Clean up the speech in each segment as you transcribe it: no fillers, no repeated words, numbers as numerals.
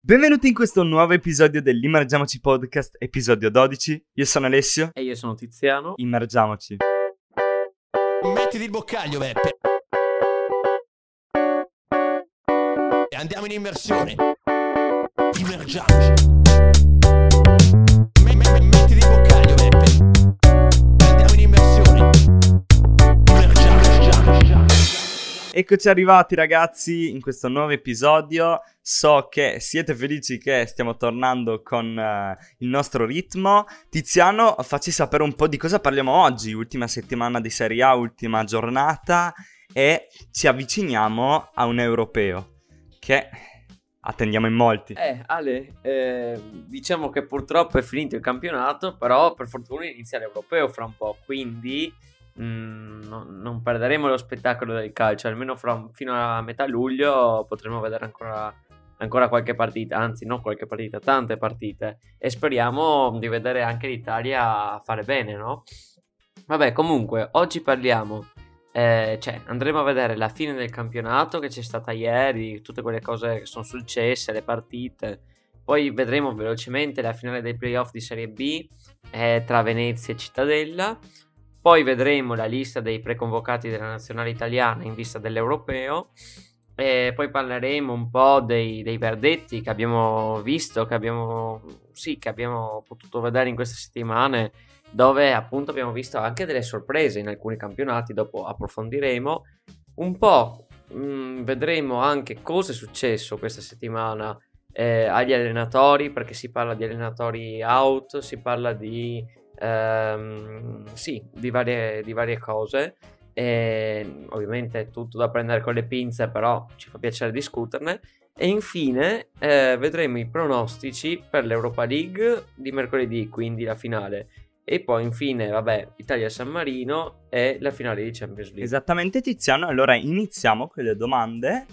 Benvenuti in questo nuovo episodio dell'Immergiamoci Podcast, episodio 12. Io sono Alessio. E io sono Tiziano. Immergiamoci. Mettiti il boccaglio, Beppe. E andiamo in immersione. Immergiamoci. Mettiti il boccaglio, Beppe. E andiamo in immersione. Immergiamoci. Eccoci arrivati ragazzi in questo nuovo episodio. So che siete felici che stiamo tornando con il nostro ritmo. Tiziano, facci sapere un po' di cosa parliamo oggi. Ultima settimana di Serie A, ultima giornata. E ci avviciniamo a un europeo che attendiamo in molti. Ale, diciamo che purtroppo è finito il campionato, però per fortuna inizia l'europeo fra un po', quindi non perderemo lo spettacolo del calcio, almeno fino a metà luglio potremo vedere ancora qualche partita, anzi non qualche partita, tante partite, e speriamo di vedere anche l'Italia fare bene, no? Vabbè, comunque, oggi parliamo, andremo a vedere la fine del campionato che c'è stata ieri, tutte quelle cose che sono successe, le partite. Poi vedremo velocemente la finale dei playoff di Serie B tra Venezia e Cittadella. Poi vedremo la lista dei preconvocati della nazionale italiana in vista dell'europeo. E poi parleremo un po' dei verdetti che abbiamo visto, che abbiamo potuto vedere in queste settimane, dove appunto abbiamo visto anche delle sorprese in alcuni campionati. Dopo approfondiremo un po', vedremo anche cosa è successo questa settimana agli allenatori, perché si parla di allenatori out, si parla di varie cose. Ovviamente tutto da prendere con le pinze, però ci fa piacere discuterne. E infine vedremo i pronostici per l'Europa League di mercoledì, quindi la finale. E poi infine, Italia-San Marino e la finale di Champions League. Esattamente Tiziano, allora iniziamo con le domande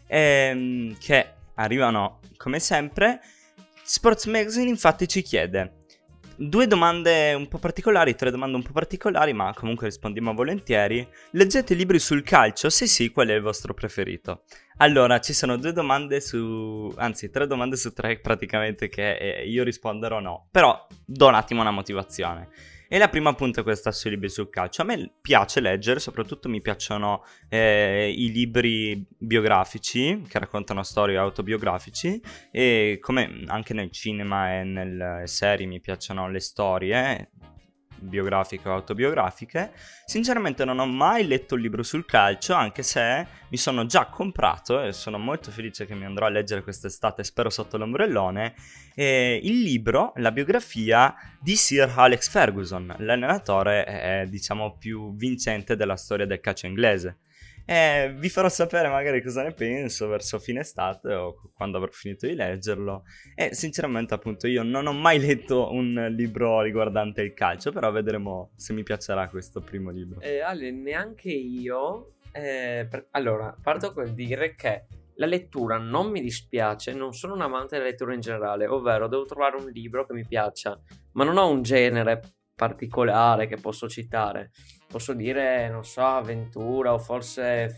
che arrivano come sempre. Sports Magazine infatti ci chiede due domande un po' particolari, tre domande un po' particolari, ma comunque rispondiamo volentieri. Leggete libri sul calcio? Se sì, qual è il vostro preferito? Allora, ci sono tre domande su tre praticamente che io risponderò no. Però do un attimo una motivazione. E la prima appunto è questa sui libri sul calcio. A me piace leggere, soprattutto mi piacciono i libri biografici che raccontano storie autobiografici, e come anche nel cinema e nelle serie mi piacciono le storie biografiche o autobiografiche. Sinceramente non ho mai letto un libro sul calcio, anche se mi sono già comprato e sono molto felice che mi andrò a leggere quest'estate, spero sotto l'ombrellone, il libro, la biografia di Sir Alex Ferguson, l'allenatore diciamo più vincente della storia del calcio inglese. Vi farò sapere magari cosa ne penso verso fine estate o quando avrò finito di leggerlo. E sinceramente appunto io non ho mai letto un libro riguardante il calcio, però vedremo se mi piacerà questo primo libro. Ale, neanche io. Allora, parto col dire che la lettura non mi dispiace, non sono un amante della lettura in generale, ovvero devo trovare un libro che mi piaccia, ma non ho un genere particolare che posso citare. Posso dire, non so, avventura o forse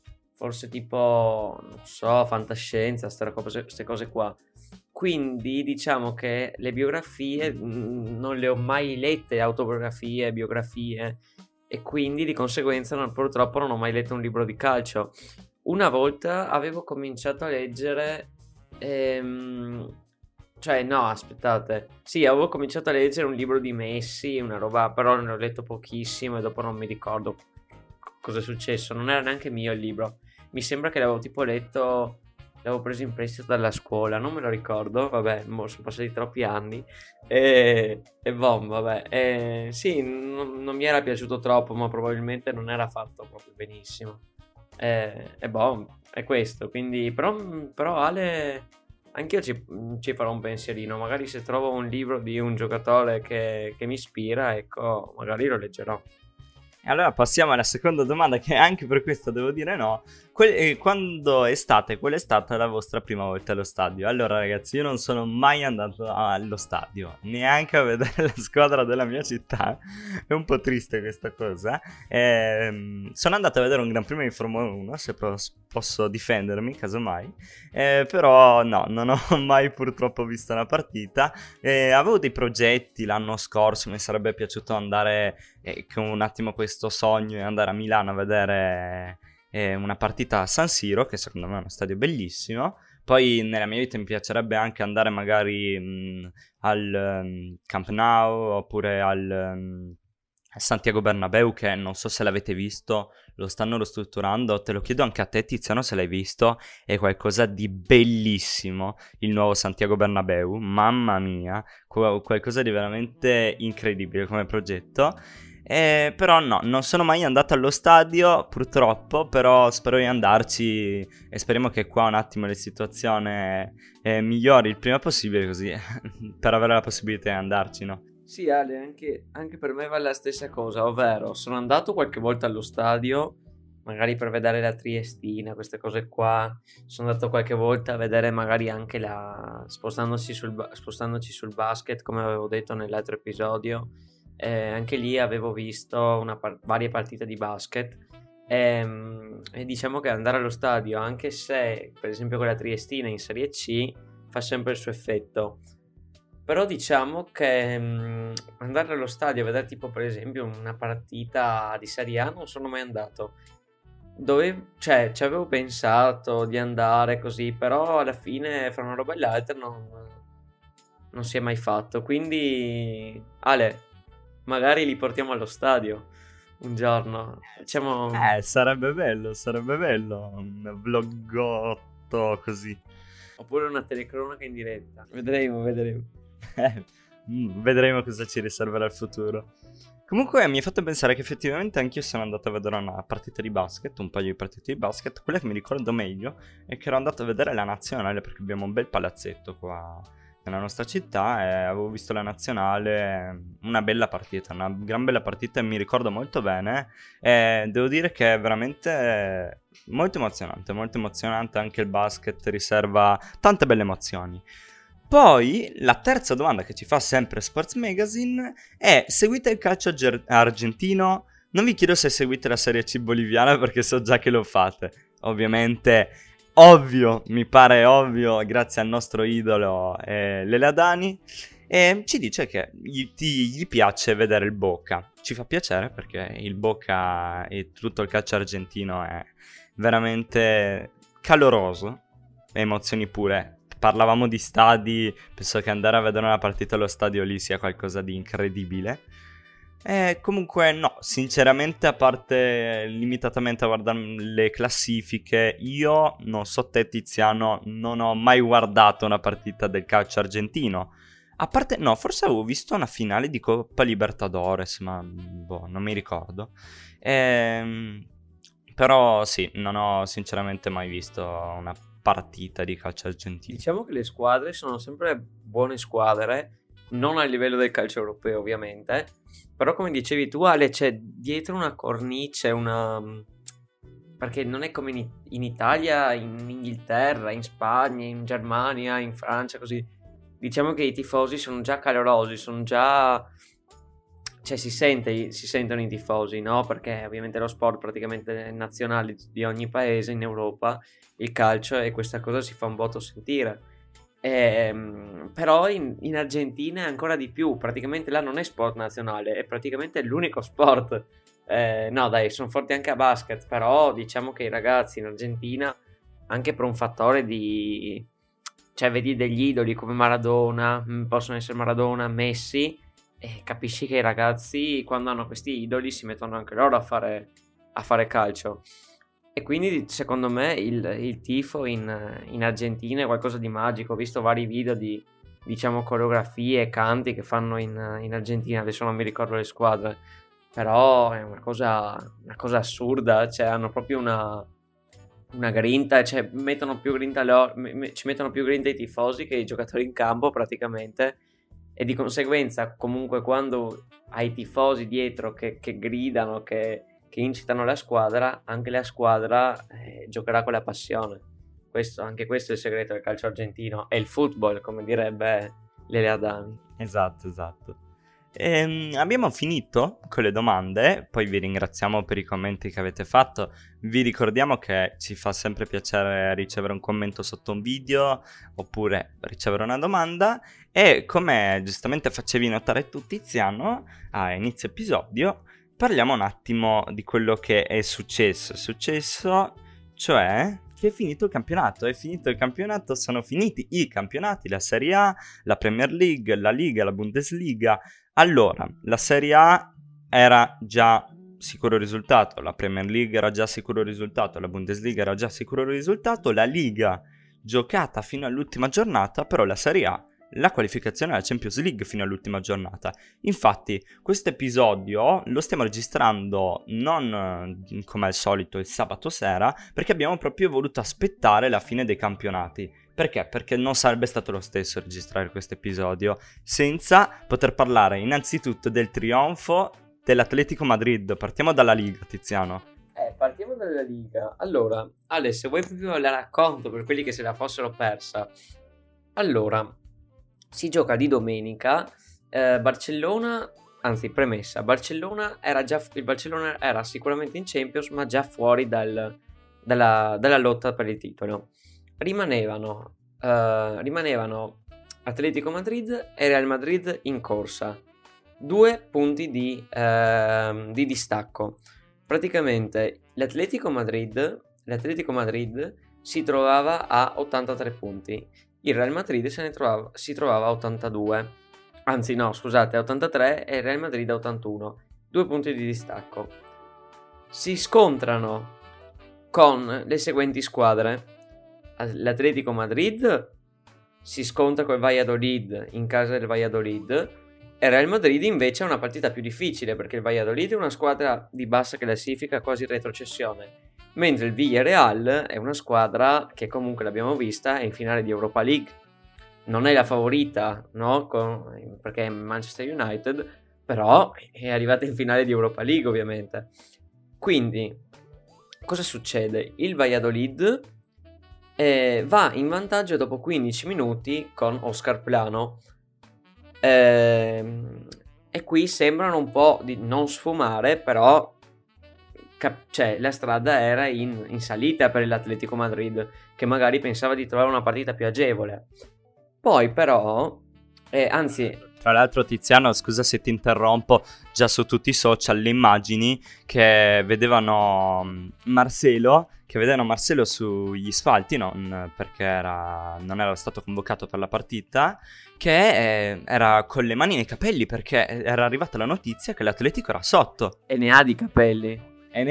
tipo, non so, fantascienza, queste cose qua. Quindi diciamo che le biografie non le ho mai lette, autobiografie, biografie, e quindi di conseguenza purtroppo non ho mai letto un libro di calcio. Una volta avevo cominciato a leggere avevo cominciato a leggere un libro di Messi, una roba, però ne ho letto pochissimo e dopo non mi ricordo cosa è successo. Non era neanche mio il libro. Mi sembra che l'avevo tipo letto, l'avevo preso in prestito dalla scuola, non me lo ricordo, sono passati troppi anni. Sì, non mi era piaciuto troppo, ma probabilmente non era fatto proprio benissimo. È questo, quindi, però Ale... Anch'io ci farò un pensierino, magari se trovo un libro di un giocatore che mi ispira, ecco, magari lo leggerò. E allora passiamo alla seconda domanda, che anche per questo devo dire no. Quando è stata, qual è stata la vostra prima volta allo stadio? Allora ragazzi, io non sono mai andato allo stadio, neanche a vedere la squadra della mia città. È un po' triste questa cosa. Sono andato a vedere un Gran Premio di Formula 1, se posso difendermi, casomai. Però no, non ho mai purtroppo visto una partita. Avevo dei progetti l'anno scorso, mi sarebbe piaciuto andare con un attimo questo sogno e andare a Milano a vedere una partita a San Siro, che secondo me è uno stadio bellissimo. Poi nella mia vita mi piacerebbe anche andare magari al Camp Nou oppure al Santiago Bernabéu, che non so se l'avete visto, lo stanno ristrutturando. Te lo chiedo anche a te, Tiziano, se l'hai visto. È qualcosa di bellissimo il nuovo Santiago Bernabéu, mamma mia, qualcosa di veramente incredibile come progetto. Però no, non sono mai andato allo stadio purtroppo, però spero di andarci e speriamo che qua un attimo la situazione migliori il prima possibile, così per avere la possibilità di andarci, no? Sì, Ale, anche per me vale la stessa cosa, ovvero sono andato qualche volta allo stadio, magari per vedere la Triestina, queste cose qua. Sono andato qualche volta a vedere magari anche spostandoci sul basket, come avevo detto nell'altro episodio. Anche lì avevo visto varie partite di basket e diciamo che andare allo stadio, anche se per esempio con la Triestina in Serie C, fa sempre il suo effetto. Però diciamo che andare allo stadio a vedere tipo per esempio una partita di Serie A non sono mai andato. Ci avevo pensato di andare così, però alla fine fra una roba e l'altra non si è mai fatto. Quindi Ale, magari li portiamo allo stadio un giorno. Facciamo... sarebbe bello un vlogotto così. Oppure una telecronaca in diretta. Vedremo. Vedremo cosa ci riserverà il futuro. Comunque mi ha fatto pensare che effettivamente anch'io sono andato a vedere una partita di basket, un paio di partite di basket. Quella che mi ricordo meglio è che ero andato a vedere la nazionale, perché abbiamo un bel palazzetto qua nella nostra città e avevo visto la nazionale, una bella partita, una gran bella partita e mi ricordo molto bene. E devo dire che è veramente molto emozionante, anche il basket riserva tante belle emozioni. Poi la terza domanda che ci fa sempre Sports Magazine è: seguite il calcio argentino? Non vi chiedo se seguite la Serie C boliviana, perché so già che lo fate. Ovviamente, ovvio, mi pare ovvio, grazie al nostro idolo Lele Adani. E ci dice che gli piace vedere il Boca. Ci fa piacere perché il Boca e tutto il calcio argentino è veramente caloroso, emozioni pure. Parlavamo di stadi, penso che andare a vedere una partita allo stadio lì sia qualcosa di incredibile. Comunque no, sinceramente, a parte limitatamente a guardare le classifiche, io non so te Tiziano, non ho mai guardato una partita del calcio argentino. A parte, no, forse avevo visto una finale di Coppa Libertadores, ma boh, non mi ricordo. Però sì, non ho sinceramente mai visto una partita di calcio argentino. Diciamo che le squadre sono sempre buone squadre, non a livello del calcio europeo ovviamente, però come dicevi tu Ale, c'è dietro una cornice, perché non è come in Italia, in Inghilterra, in Spagna, in Germania, in Francia, così. Diciamo che i tifosi sono già calorosi, sono già... cioè si sentono i tifosi, no? Perché ovviamente è lo sport praticamente nazionale di ogni paese in Europa, il calcio, e questa cosa si fa un botto sentire. Però in Argentina è ancora di più, praticamente là non è sport nazionale, è praticamente l'unico sport. No dai, sono forti anche a basket, però diciamo che i ragazzi in Argentina, anche per un fattore di... cioè vedi degli idoli come Maradona, possono essere Maradona, Messi, e capisci che i ragazzi quando hanno questi idoli si mettono anche loro a fare calcio. E quindi secondo me il tifo in Argentina è qualcosa di magico. Ho visto vari video di, diciamo, coreografie e canti che fanno in Argentina. Adesso non mi ricordo le squadre, però è una cosa assurda. Cioè hanno proprio una grinta, cioè mettono più grinta ci mettono più grinta i tifosi che i giocatori in campo praticamente. e di conseguenza comunque quando hai i tifosi dietro che gridano, che incitano la squadra, anche la squadra giocherà con la passione. Anche questo è il segreto del calcio argentino, è il football, come direbbe Lele Adami. Esatto. Abbiamo finito con le domande, poi vi ringraziamo per i commenti che avete fatto. Vi ricordiamo che ci fa sempre piacere ricevere un commento sotto un video oppure ricevere una domanda, e come giustamente facevi notare tu, Tiziano, a inizio episodio, parliamo un attimo di quello che è successo. È successo, cioè, che è finito il campionato, sono finiti i campionati, la Serie A, la Premier League, la Liga, la Bundesliga. Allora, la Serie A era già sicuro risultato, la Premier League era già sicuro risultato, la Bundesliga era già sicuro risultato, la Liga giocata fino all'ultima giornata, però la Serie A, la qualificazione alla Champions League fino all'ultima giornata. Infatti, questo episodio lo stiamo registrando non come al solito il sabato sera, perché abbiamo proprio voluto aspettare la fine dei campionati. Perché? Perché non sarebbe stato lo stesso registrare questo episodio senza poter parlare innanzitutto del trionfo dell'Atletico Madrid. Partiamo dalla Liga, Tiziano. Partiamo dalla Liga. Allora, Ale, se vuoi proprio la racconto per quelli che se la fossero persa. Allora, si gioca di domenica, Barcellona, anzi premessa, il Barcellona era sicuramente in Champions, ma già fuori dalla lotta per il titolo. Rimanevano Atletico Madrid e Real Madrid in corsa, 2 punti di distacco. Praticamente l'Atletico Madrid si trovava a 83 punti, il Real Madrid si trovava a 82, anzi no, scusate, a 83 e il Real Madrid a 81, 2 punti di distacco. Si scontrano con le seguenti squadre. L'Atletico Madrid si scontra col Valladolid in casa del Valladolid, e Real Madrid invece è una partita più difficile perché il Valladolid è una squadra di bassa classifica, quasi in retrocessione, mentre il Villarreal è una squadra che comunque l'abbiamo vista è in finale di Europa League. Non è la favorita, no? Perché è Manchester United, però è arrivata in finale di Europa League ovviamente. Quindi cosa succede? Il Valladolid va in vantaggio dopo 15 minuti con Oscar Plano. E qui sembrano un po' di non sfumare, però cioè, la strada era in salita per l'Atletico Madrid, che magari pensava di trovare una partita più agevole. Poi però, anzi... Tra l'altro, Tiziano, scusa se ti interrompo, già su tutti i social le immagini che vedevano Marcelo sugli spalti, perché non era stato convocato per la partita, che era con le mani nei capelli perché era arrivata la notizia che l'Atletico era sotto. E ne ha di capelli.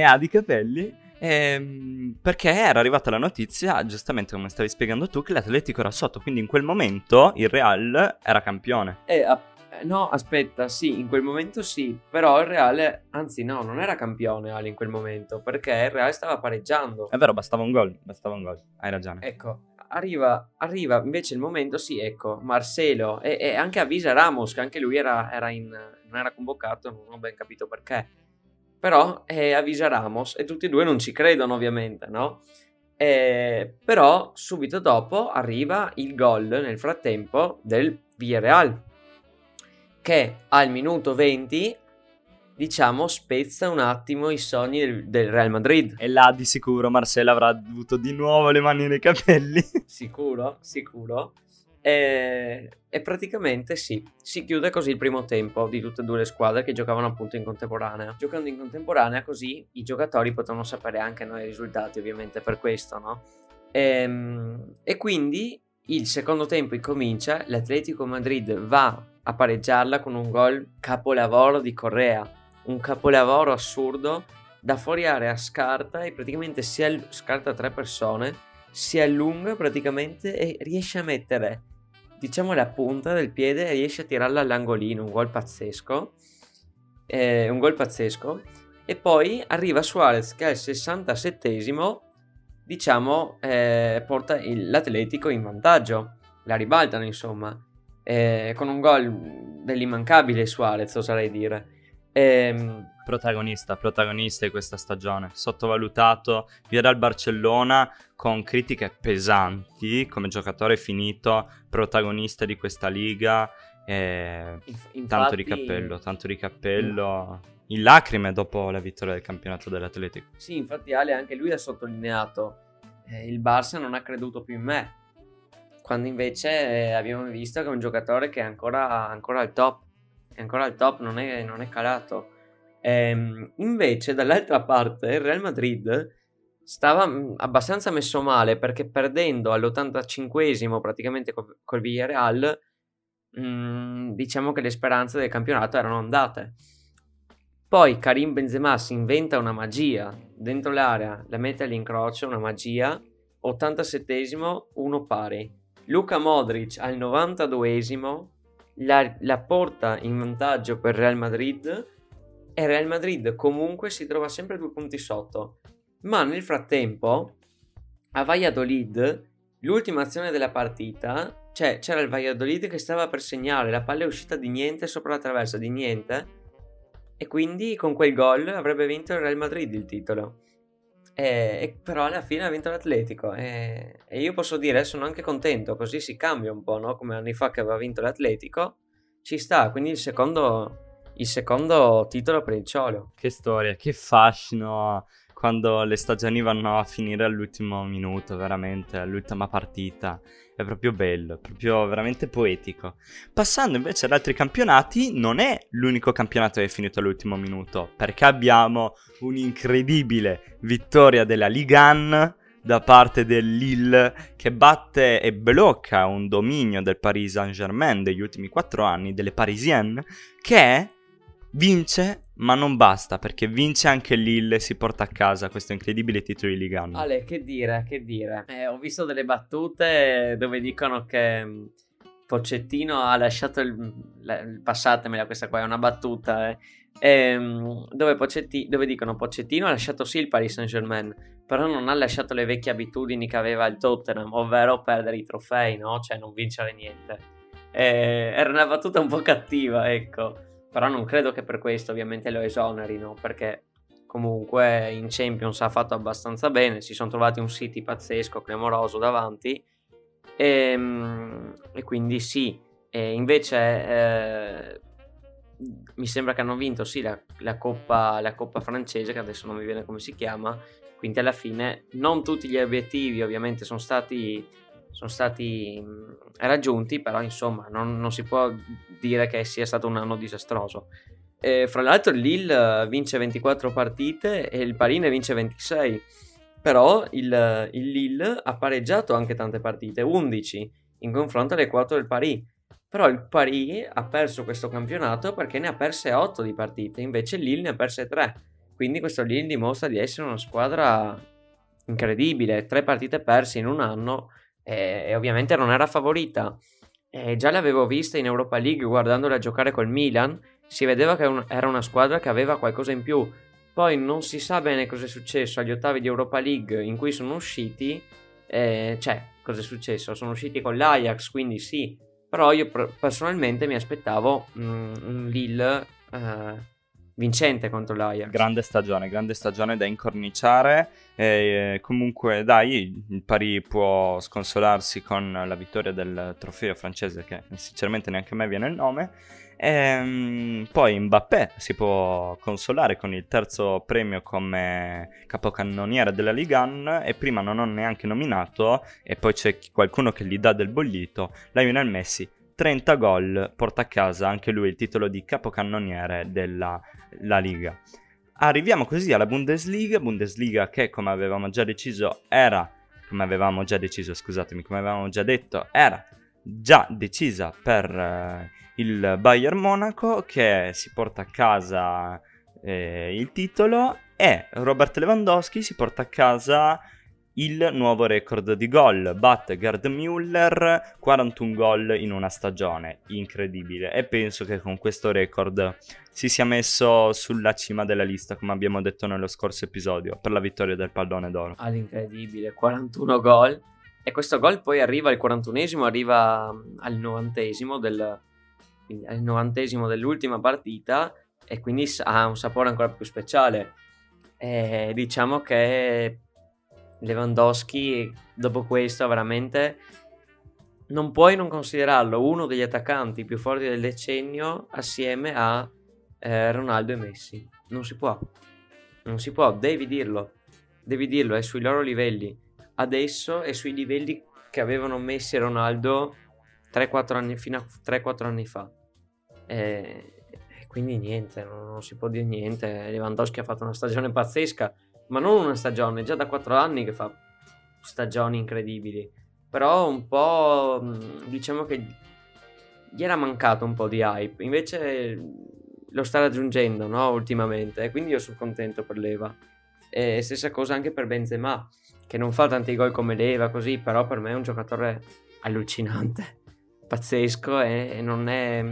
Perché era arrivata la notizia, giustamente come stavi spiegando tu, che l'Atletico era sotto, quindi in quel momento il Real era campione. No, aspetta, sì, in quel momento sì, però il Real, anzi no, non era campione Ale in quel momento, perché il Real stava pareggiando. È vero, bastava un gol, hai ragione. Ecco, arriva invece il momento, sì, ecco, Marcelo e anche avvisa Ramos, che anche lui non era convocato, non ho ben capito perché. Però avvisa Ramos e tutti e due non ci credono ovviamente, no? Però subito dopo arriva il gol nel frattempo del Villarreal, che al minuto 20, diciamo, spezza un attimo i sogni del Real Madrid. E là di sicuro Marcelo avrà avuto di nuovo le mani nei capelli. Sicuro. E praticamente sì, si chiude così il primo tempo di tutte e due le squadre che giocavano appunto in contemporanea. Giocando in contemporanea così i giocatori potevano sapere anche noi i risultati, ovviamente, per questo, no? E quindi il secondo tempo incomincia, l'Atletico Madrid va a pareggiarla con un gol capolavoro di Correa, un capolavoro assurdo, da fuori area scarta e praticamente scarta 3 persone, si allunga praticamente e riesce a mettere, diciamo, la punta del piede e riesce a tirarla all'angolino, un gol pazzesco, e poi arriva Suarez che al 67esimo, diciamo, porta l'Atletico in vantaggio, la ribaltano insomma, con un gol dell'immancabile Suarez, oserei dire. Protagonista di questa stagione, sottovalutato, via dal Barcellona con critiche pesanti come giocatore finito, protagonista di questa liga, tanto di cappello, in lacrime dopo la vittoria del campionato dell'Atletico. Sì, infatti Ale anche lui ha sottolineato, il Barça non ha creduto più in me, quando invece abbiamo visto che è un giocatore che è ancora al top, non è calato. Invece dall'altra parte il Real Madrid stava abbastanza messo male, perché perdendo all'85esimo praticamente col Villarreal, diciamo che le speranze del campionato erano andate. Poi Karim Benzema si inventa una magia dentro l'area, la mette all'incrocio, una magia, 87esimo, 1 pari. Luka Modric al 92esimo la porta in vantaggio per Real Madrid, e Real Madrid comunque si trova sempre 2 punti sotto. Ma nel frattempo a Valladolid, l'ultima azione della partita, cioè c'era il Valladolid che stava per segnare, la palla è uscita di niente sopra la traversa, di niente, e quindi con quel gol avrebbe vinto il Real Madrid il titolo. E però alla fine ha vinto l'Atletico, e io posso dire sono anche contento, così si cambia un po', no? Come anni fa che aveva vinto l'Atletico, ci sta, quindi il secondo titolo per il Cholo. Che storia, che fascino quando le stagioni vanno a finire all'ultimo minuto, veramente, all'ultima partita. È proprio bello, è proprio veramente poetico. Passando invece ad altri campionati, non è l'unico campionato che è finito all'ultimo minuto, perché abbiamo un'incredibile vittoria della Ligue 1 da parte del Lille, che batte e blocca un dominio del Paris Saint-Germain degli ultimi 4 anni, delle Parisienne, che vince, ma non basta, perché vince anche Lille e si porta a casa questo incredibile titolo di Ligue 1. Ale, che dire? Ho visto delle battute dove dicono che Pochettino ha lasciato passatemela, questa qua è una battuta, dove dicono Pochettino ha lasciato sì il Paris Saint-Germain, però non ha lasciato le vecchie abitudini che aveva il Tottenham, ovvero perdere i trofei, no? Cioè non vincere niente. Era una battuta un po' cattiva, ecco. Però non credo che per questo ovviamente lo esonerino, perché comunque in Champions ha fatto abbastanza bene, si sono trovati un City pazzesco, clamoroso davanti, e quindi sì. E invece mi sembra che hanno vinto sì la coppa francese, che adesso non mi viene come si chiama, quindi alla fine non tutti gli obiettivi ovviamente sono stati raggiunti, però insomma non si può dire che sia stato un anno disastroso. Fra l'altro il Lille vince 24 partite e il Paris ne vince 26, però il Lille ha pareggiato anche tante partite, 11 in confronto alle 4 del Paris, però il Paris ha perso questo campionato perché ne ha perse 8 di partite, invece il Lille ne ha perse 3, quindi questo Lille dimostra di essere una squadra incredibile, 3 partite perse in un anno. E ovviamente non era favorita, già l'avevo vista in Europa League guardandola giocare col Milan, si vedeva che era una squadra che aveva qualcosa in più. Poi non si sa bene cosa è successo agli ottavi di Europa League in cui sono usciti, cioè cosa è successo? Sono usciti con l'Ajax, quindi sì, però io personalmente mi aspettavo un Lille vincente contro l'Ajax. Grande stagione da incorniciare. Comunque dai, il Paris può sconsolarsi con la vittoria del trofeo francese, che sinceramente neanche a me viene il nome. Poi Mbappé si può consolare con il terzo premio come capocannoniere della Ligue 1, e prima non ho neanche nominato, e poi c'è qualcuno che gli dà del bollito, Lionel Messi. 30 gol, porta a casa anche lui il titolo di capocannoniere della La Liga. Arriviamo così alla Bundesliga che come avevamo già detto era già decisa per il Bayern Monaco, che si porta a casa il titolo, e Robert Lewandowski si porta a casa il nuovo record di gol, batte Gerd Müller, 41 gol in una stagione, incredibile, e penso che con questo record si sia messo sulla cima della lista, come abbiamo detto nello scorso episodio, per la vittoria del pallone d'oro. All'incredibile, 41 gol, E questo gol poi arriva al 41esimo, arriva al 90esimo quindi al 90esimo dell'ultima partita, e quindi ha un sapore ancora più speciale. E diciamo che Lewandowski dopo questo veramente non puoi non considerarlo uno degli attaccanti più forti del decennio assieme a Ronaldo e Messi. Non si può, devi dirlo, è sui loro livelli. Adesso è sui livelli che avevano Messi e Ronaldo 3-4 anni, fino a 3-4 anni fa. E quindi niente, non si può dire niente. Lewandowski ha fatto una stagione pazzesca, ma non una stagione, già da 4 anni che fa stagioni incredibili. Però un po' diciamo che gli era mancato un po' di hype, invece lo sta raggiungendo, no, ultimamente, e quindi io sono contento per Leva. E stessa cosa anche per Benzema, che non fa tanti gol come Leva così, però per me è un giocatore allucinante, pazzesco, e non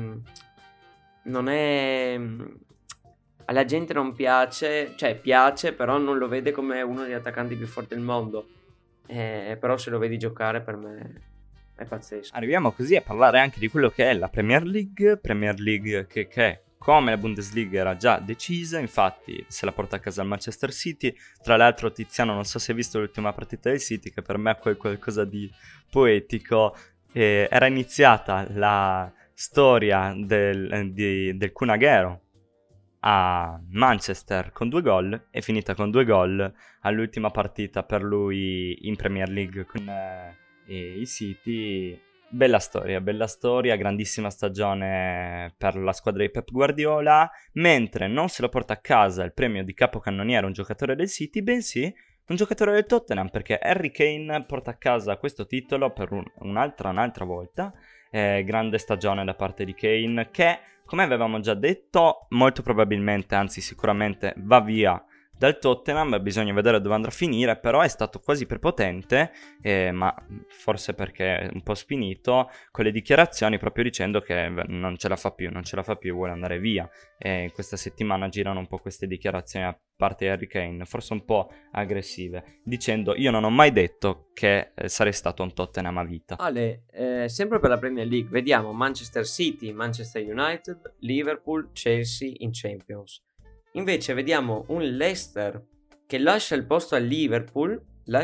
è alla gente non piace, cioè piace, però non lo vede come uno degli attaccanti più forti del mondo. Però se lo vedi giocare, per me è pazzesco. Arriviamo così a parlare anche di quello che è la Premier League che come la Bundesliga era già decisa, infatti se la porta a casa il Manchester City. Tra l'altro, Tiziano, non so se hai visto l'ultima partita del City, che per me è qualcosa di poetico. Era iniziata la storia del Kun Aguero a Manchester con 2 gol, è finita con 2 gol all'ultima partita per lui in Premier League con i City. Bella storia, grandissima stagione per la squadra di Pep Guardiola, mentre non se lo porta a casa il premio di capocannoniere un giocatore del City, bensì un giocatore del Tottenham, perché Harry Kane porta a casa questo titolo per un'altra volta. Grande stagione da parte di Kane, che, come avevamo già detto, molto probabilmente, anzi sicuramente, va via dal Tottenham. Bisogna vedere dove andrà a finire, però è stato quasi prepotente, ma forse perché è un po' spinito, con le dichiarazioni, proprio dicendo che non ce la fa più, vuole andare via. E questa settimana girano un po' queste dichiarazioni a parte di Harry Kane, forse un po' aggressive, dicendo: io non ho mai detto che sarei stato un Tottenham a vita. Ale, sempre per la Premier League vediamo Manchester City, Manchester United, Liverpool, Chelsea in Champions. Invece vediamo un Leicester che lascia il posto al Liverpool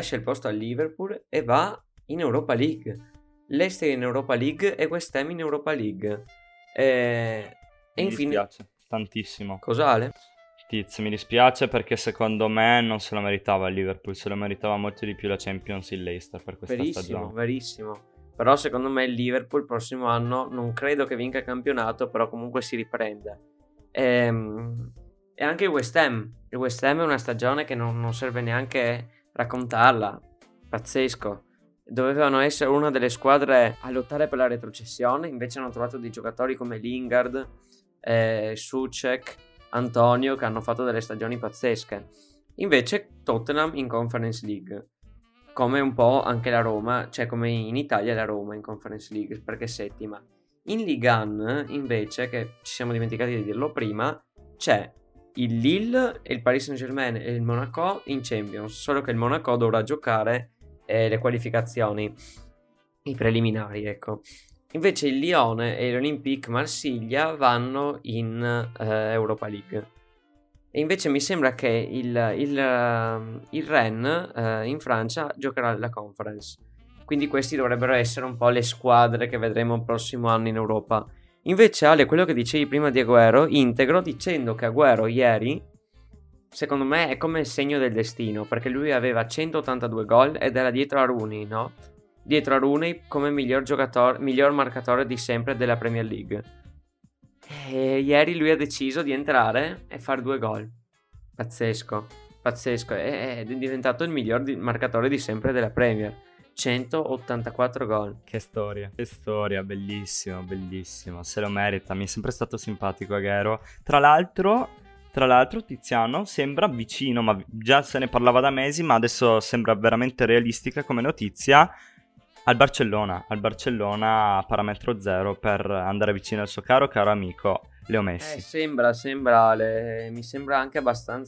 e va in Europa League. Leicester in Europa League e West Ham in Europa League. E Mi infine... dispiace tantissimo. Cosa, Ale? Mi dispiace, perché secondo me non se lo meritava il Liverpool, se lo meritava molto di più la Champions il Leicester per questa stagione. Verissimo. Però secondo me il Liverpool il prossimo anno non credo che vinca il campionato, però comunque si riprende. E anche il West Ham. Il West Ham è una stagione che non serve neanche raccontarla. Pazzesco. Dovevano essere una delle squadre a lottare per la retrocessione, invece hanno trovato dei giocatori come Lingard, Soucek, Antonio, che hanno fatto delle stagioni pazzesche. Invece Tottenham in Conference League, come un po' anche la Roma, cioè come in Italia la Roma in Conference League, perché è settima. In Ligue 1 invece, che ci siamo dimenticati di dirlo prima, c'è il Lille e il Paris Saint-Germain e il Monaco in Champions, solo che il Monaco dovrà giocare le qualificazioni, i preliminari, ecco. Invece il Lione e l'Olympique Marsiglia vanno in Europa League. E invece mi sembra che il Rennes in Francia giocherà la Conference. Quindi questi dovrebbero essere un po' le squadre che vedremo il prossimo anno in Europa. Invece, Ale, quello che dicevi prima di Agüero, integro dicendo che Agüero ieri, secondo me, è come il segno del destino, perché lui aveva 182 gol ed era dietro a Rooney, no? Dietro a Rooney come miglior marcatore di sempre della Premier League. E ieri lui ha deciso di entrare e fare 2 gol. Pazzesco. È diventato il miglior marcatore di sempre della Premier. 184 gol. Che storia, bellissimo, se lo merita. Mi è sempre stato simpatico Agüero. Tra l'altro Tiziano sembra vicino, ma già se ne parlava da mesi, ma adesso sembra veramente realistica come notizia, al Barcellona a parametro zero, per andare vicino al suo caro amico Leo Messi. Sembra, mi sembra anche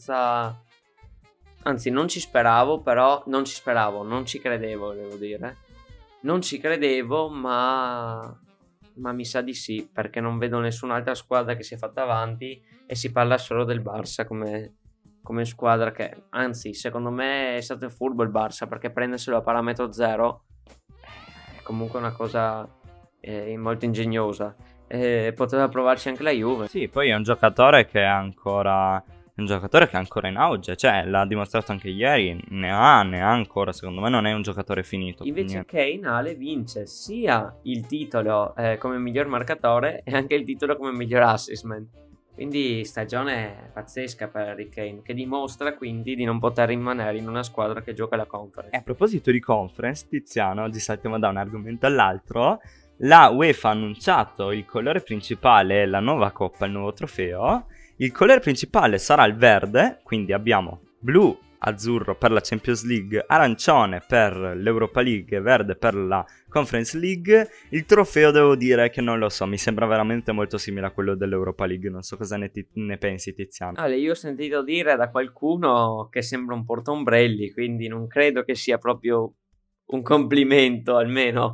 abbastanza... Anzi, non ci credevo, devo dire. Non ci credevo, ma mi sa di sì, perché non vedo nessun'altra squadra che si è fatta avanti e si parla solo del Barça come squadra che, anzi, secondo me è stato furbo il Barça, perché prenderselo a parametro zero è comunque una cosa molto ingegnosa. Poteva provarci anche la Juve. Sì, poi è un giocatore che è ancora in auge, cioè l'ha dimostrato anche ieri, ne ha ancora, secondo me non è un giocatore finito. Invece quindi- Kane, Ale, vince sia il titolo come miglior marcatore e anche il titolo come miglior assist man. Quindi stagione pazzesca per Harry Kane, che dimostra quindi di non poter rimanere in una squadra che gioca la Conference. E a proposito di conference, Tiziano, oggi saltiamo da un argomento all'altro. La UEFA ha annunciato il colore principale, la nuova coppa, il nuovo trofeo. Il colore principale sarà il verde, quindi abbiamo blu, azzurro per la Champions League, arancione per l'Europa League e verde per la Conference League. Il trofeo devo dire che non lo so, mi sembra veramente molto simile a quello dell'Europa League, non so cosa ne pensi, Tiziano. Ale, io ho sentito dire da qualcuno che sembra un portaombrelli, quindi non credo che sia proprio un complimento, almeno.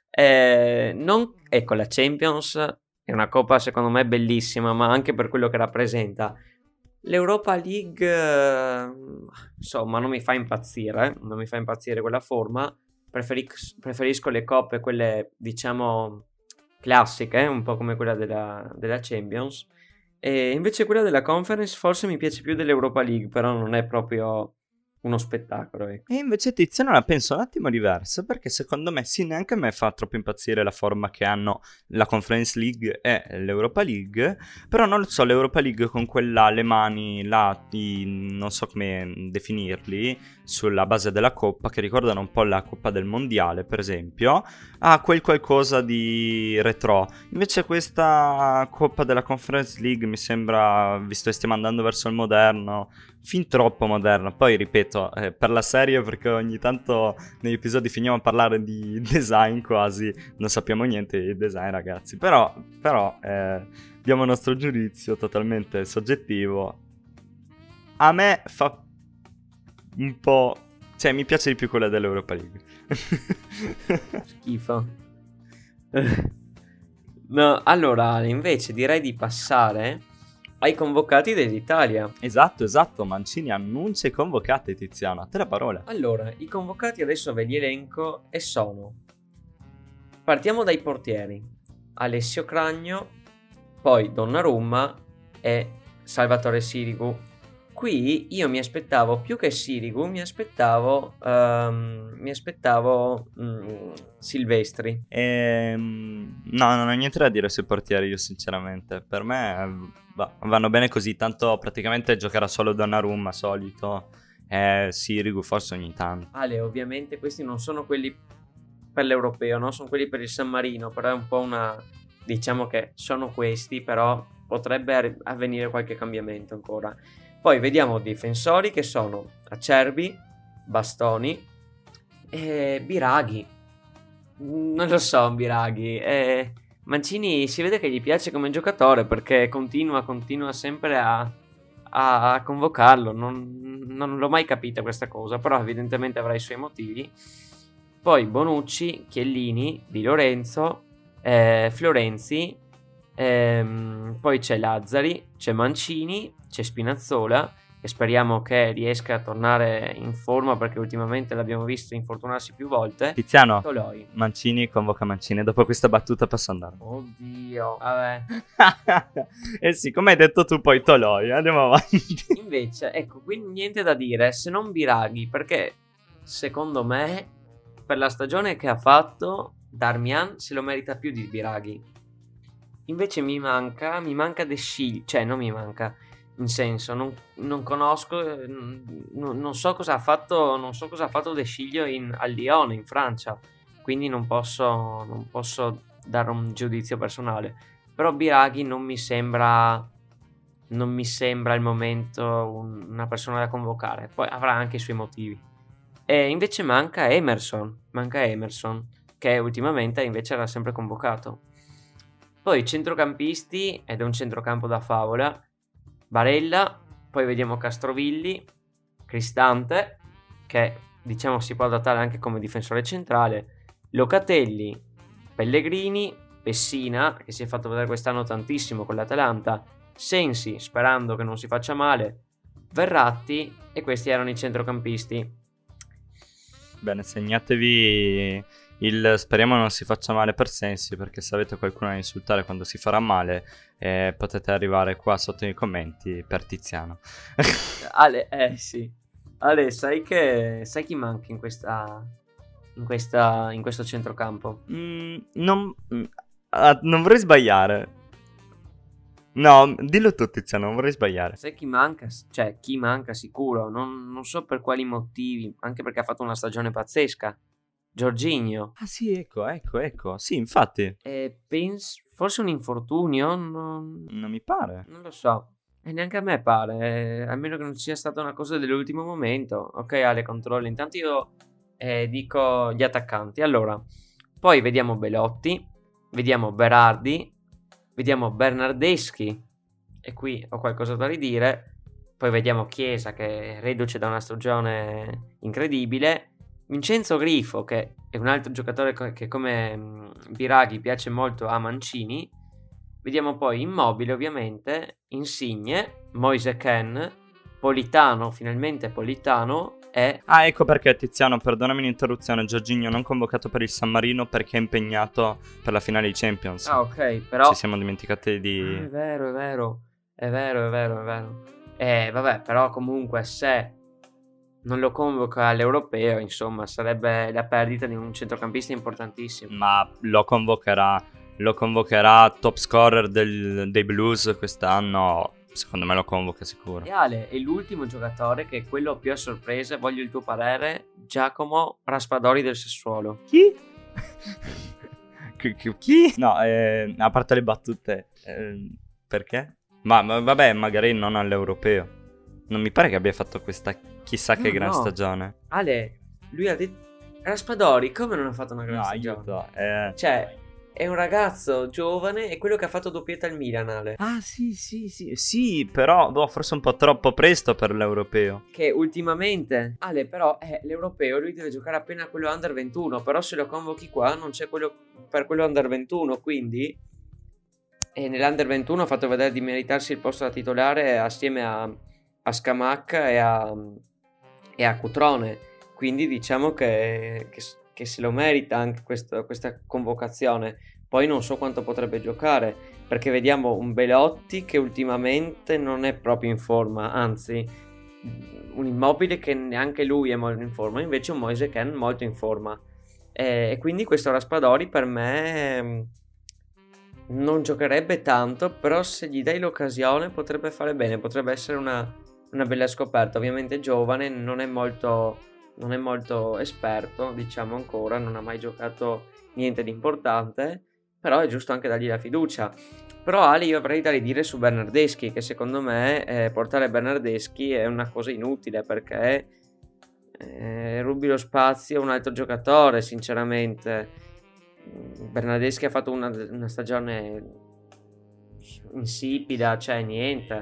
Ecco, la Champions è una coppa secondo me bellissima, ma anche per quello che rappresenta. L'Europa League, insomma, non mi fa impazzire, non mi fa impazzire quella forma. Preferisco le coppe, quelle diciamo classiche, un po' come quella della Champions. E invece quella della Conference forse mi piace più dell'Europa League, però non è proprio uno spettacolo, ecco. E invece Tiziano la penso un attimo diversa, perché secondo me sì, neanche a me fa troppo impazzire la forma che hanno la Conference League e l'Europa League, però non lo so, l'Europa League con quella, le mani, lati, non so come definirli, sulla base della coppa, che ricordano un po' la Coppa del Mondiale, per esempio, ha quel qualcosa di retro. Invece questa Coppa della Conference League mi sembra, visto che stiamo andando verso il moderno, fin troppo moderno. Poi ripeto, per la serie, perché ogni tanto negli episodi finiamo a parlare di design quasi, non sappiamo niente di design, ragazzi. Però diamo il nostro giudizio totalmente soggettivo. A me fa un po', cioè mi piace di più quella dell'Europa League. Schifo. No, allora, invece direi di passare ai convocati dell'Italia. Esatto, Mancini annuncia i convocati, Tiziano, a te la parola. Allora, i convocati adesso ve li elenco e sono: partiamo dai portieri: Alessio Cragno, poi Donnarumma e Salvatore Sirigu. Qui io mi aspettavo, più che Sirigu, mi aspettavo Silvestri. No, non ho niente da dire sui portieri, io sinceramente. Per me vanno bene così, tanto praticamente giocherà solo Donnarumma, solito. Sirigu forse ogni tanto. Ale, ovviamente questi non sono quelli per l'europeo, no? Sono quelli per il San Marino, però è un po' una... Diciamo che sono questi, però potrebbe avvenire qualche cambiamento ancora. Poi vediamo difensori che sono Acerbi, Bastoni e Biraghi. Non lo so, Biraghi. Mancini si vede che gli piace come giocatore, perché continua sempre a convocarlo. Non l'ho mai capita questa cosa, però evidentemente avrà i suoi motivi. Poi Bonucci, Chiellini, Di Lorenzo, Florenzi, poi c'è Lazzari, c'è Mancini, c'è Spinazzola, e speriamo che riesca a tornare in forma, perché ultimamente l'abbiamo visto infortunarsi più volte. Tiziano, Toloi. Mancini convoca Mancini, dopo questa battuta posso andare. Oddio, vabbè. Eh sì, come hai detto tu poi Toloi, andiamo avanti. Invece, ecco, qui niente da dire, se non Biraghi, perché secondo me, per la stagione che ha fatto, Darmian se lo merita più di Biraghi. Invece mi manca De Sciglio, cioè non mi manca, in senso, non conosco, non so cosa ha fatto, non so cosa ha fatto De Sciglio a Lione, in Francia, quindi non posso dare un giudizio personale. Però Biraghi non mi sembra al momento una persona da convocare, poi avrà anche i suoi motivi. E invece manca Emerson, che ultimamente invece era sempre convocato. Poi centrocampisti, ed è un centrocampo da favola: Barella, poi vediamo Castrovilli, Cristante, che diciamo si può adattare anche come difensore centrale, Locatelli, Pellegrini, Pessina, che si è fatto vedere quest'anno tantissimo con l'Atalanta, Sensi, sperando che non si faccia male, Verratti, e questi erano i centrocampisti. Bene, segnatevi speriamo non si faccia male per Sensi, perché se avete qualcuno da insultare quando si farà male, potete arrivare qua sotto nei commenti per Tiziano. Ale, sì. Ale, sai chi manca in questo centrocampo? Non vorrei sbagliare. No, dillo tu, Tiziano, non vorrei sbagliare. Sai chi manca? Cioè, chi manca sicuro. Non so per quali motivi, anche perché ha fatto una stagione pazzesca. Jorginho. Ah sì, ecco. Sì, infatti. Forse un infortunio? Non mi pare. Non lo so. E neanche a me pare. Almeno che non sia stata una cosa dell'ultimo momento. Ok, Ale, controllo. Intanto io dico gli attaccanti. Allora, poi vediamo Belotti, vediamo Berardi, vediamo Bernardeschi. E qui ho qualcosa da ridire. Poi vediamo Chiesa, che è reduce da una stagione incredibile. Vincenzo Grifo, che è un altro giocatore che come Biraghi piace molto a Mancini. Vediamo poi Immobile, ovviamente, Insigne, Moise Kean, Politano, finalmente Politano, e... Ah, ecco perché, Tiziano, perdonami l'interruzione, Jorginho non convocato per il San Marino perché è impegnato per la finale di Champions. Ah, ok, però... Ci siamo dimenticati di... È vero. Vabbè, però comunque se non lo convoca all'Europeo, insomma, sarebbe la perdita di un centrocampista importantissimo. Ma lo convocherà top scorer dei Blues quest'anno. Secondo me lo convoca sicuro. E Ale, è l'ultimo giocatore che è quello più a sorpresa, voglio il tuo parere, Giacomo Raspadori del Sassuolo. Chi? Chi? No, a parte le battute, perché? Ma vabbè, magari non all'Europeo. Non mi pare che abbia fatto questa chissà che gran stagione. Ale, lui ha detto... Raspadori, come non ha fatto una gran stagione? Aiuto. Cioè, è un ragazzo giovane, è quello che ha fatto doppietta al Milan, Ale. Ah, sì, però forse un po' troppo presto per l'Europeo. Che ultimamente, Ale, però, l'Europeo lui deve giocare appena quello Under 21, però se lo convochi qua non c'è quello per quello Under 21, quindi... E nell'Under 21 ha fatto vedere di meritarsi il posto da titolare assieme a Scamacca e a Cutrone, quindi diciamo che se lo merita anche questa convocazione. Poi non so quanto potrebbe giocare, perché vediamo un Belotti che ultimamente non è proprio in forma, anzi un Immobile che neanche lui è molto in forma, invece un Moise Kean molto in forma, e quindi questo Raspadori per me non giocherebbe tanto, però se gli dai l'occasione potrebbe fare bene, potrebbe essere una bella scoperta. Ovviamente è giovane, non è molto esperto, diciamo ancora, non ha mai giocato niente di importante, però è giusto anche dargli la fiducia. Però Ali, io avrei da ridire su Bernardeschi, che secondo me portare Bernardeschi è una cosa inutile, perché rubi lo spazio a un altro giocatore, sinceramente. Bernardeschi ha fatto una stagione insipida, cioè niente.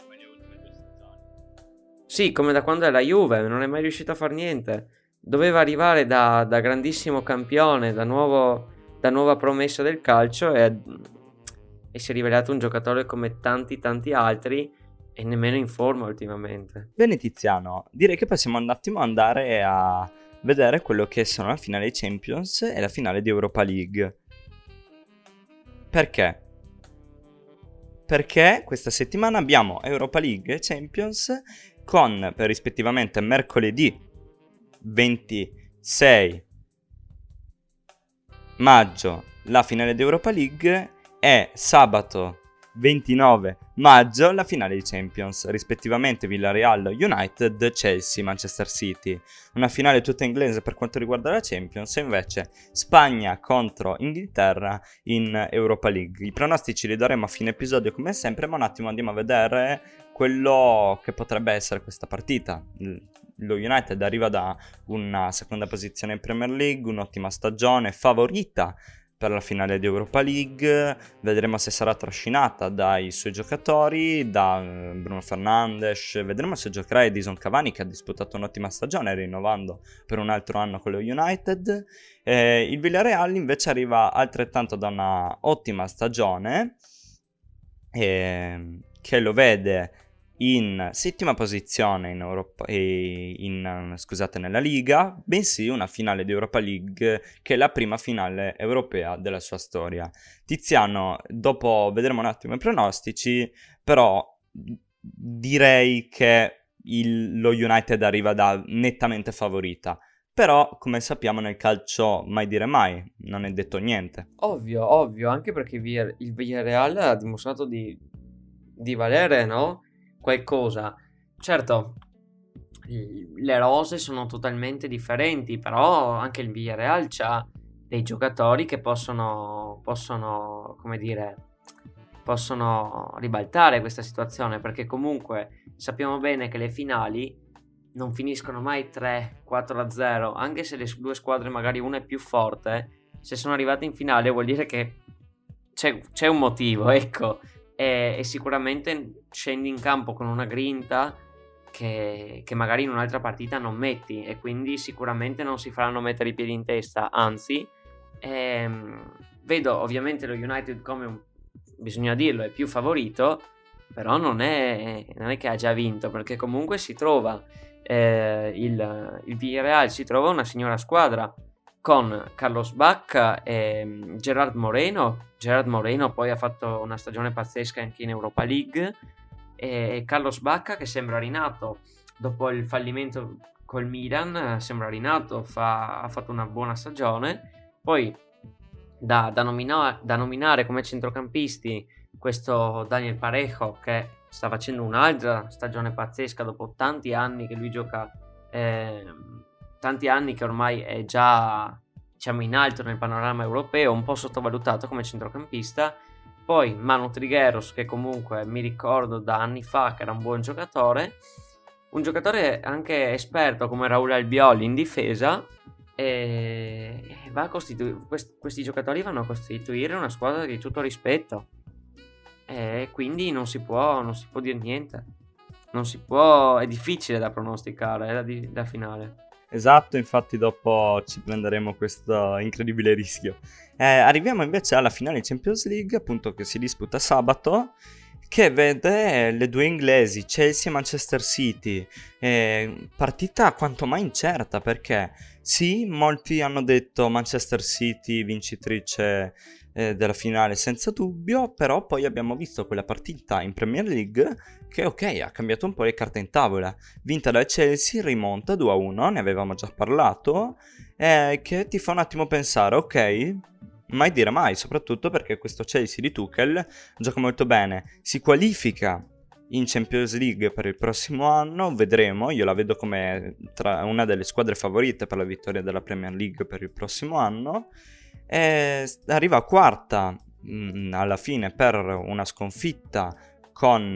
Sì, come da quando è la Juve, non è mai riuscito a fare niente. Doveva arrivare da grandissimo campione, da nuova promessa del calcio, e si è rivelato un giocatore come tanti altri, e nemmeno in forma ultimamente. Bene, Tiziano, direi che possiamo un attimo andare a vedere quello che sono la finale di Champions e la finale di Europa League. Perché? Perché questa settimana abbiamo Europa League e Champions con rispettivamente mercoledì 26 maggio la finale di Europa League e sabato 29 maggio la finale di Champions, rispettivamente Villarreal United, Chelsea, Manchester City. Una finale tutta inglese per quanto riguarda la Champions, e invece Spagna contro Inghilterra in Europa League. I pronostici li daremo a fine episodio come sempre, ma un attimo andiamo a vedere quello che potrebbe essere questa partita. Lo United arriva da una seconda posizione in Premier League, un'ottima stagione, favorita per la finale di Europa League. Vedremo se sarà trascinata dai suoi giocatori, da Bruno Fernandes. Vedremo se giocherà Edison Cavani, che ha disputato un'ottima stagione rinnovando per un altro anno con lo United. Il Villarreal invece arriva altrettanto da una ottima stagione, che lo vede in settima posizione in Europa, scusate, nella Liga, bensì una finale di Europa League che è la prima finale europea della sua storia. Tiziano, dopo vedremo un attimo i pronostici, però direi che lo United arriva da nettamente favorita. Però, come sappiamo, nel calcio mai dire mai, non è detto niente. Ovvio, anche perché il Villarreal ha dimostrato di valere, no? Qualcosa. Certo, le rose sono totalmente differenti, però anche il Villarreal ha dei giocatori che possono, come dire, possono ribaltare questa situazione, perché comunque sappiamo bene che le finali non finiscono mai 3-4-0, anche se le due squadre magari una è più forte, se sono arrivate in finale vuol dire che c'è un motivo, ecco, e sicuramente scendi in campo con una grinta che magari in un'altra partita non metti, e quindi sicuramente non si faranno mettere i piedi in testa, anzi vedo ovviamente lo United come bisogna dirlo, è più favorito, però non è che ha già vinto, perché comunque si trova il Villarreal, si trova una signora squadra con Carlos Bacca e Gerard Moreno. Gerard Moreno poi ha fatto una stagione pazzesca anche in Europa League, e Carlos Bacca che sembra rinato dopo il fallimento col Milan, sembra rinato, ha fatto una buona stagione. Poi da nominare come centrocampisti questo Daniel Parejo, che sta facendo un'altra stagione pazzesca dopo tanti anni che lui gioca, tanti anni che ormai è già, diciamo, in alto nel panorama europeo, un po' sottovalutato come centrocampista. Poi Manu Trigueros, che comunque mi ricordo da anni fa che era un buon giocatore, un giocatore anche esperto come Raul Albiol in difesa, e questi giocatori vanno a costituire una squadra di tutto rispetto, e quindi non si può dire niente, è difficile da pronosticare la finale. Esatto, infatti dopo ci prenderemo questo incredibile rischio. Arriviamo invece alla finale Champions League, appunto, che si disputa sabato, che vede le due inglesi, Chelsea e Manchester City. Partita quanto mai incerta, perché sì, molti hanno detto Manchester City vincitrice della finale senza dubbio, però poi abbiamo visto quella partita in Premier League che ok, ha cambiato un po' le carte in tavola, vinta dal Chelsea, rimonta 2-1, ne avevamo già parlato, che ti fa un attimo pensare, ok, mai dire mai, soprattutto perché questo Chelsea di Tuchel gioca molto bene, si qualifica in Champions League per il prossimo anno, vedremo, io la vedo come tra una delle squadre favorite per la vittoria della Premier League per il prossimo anno, arriva quarta alla fine per una sconfitta con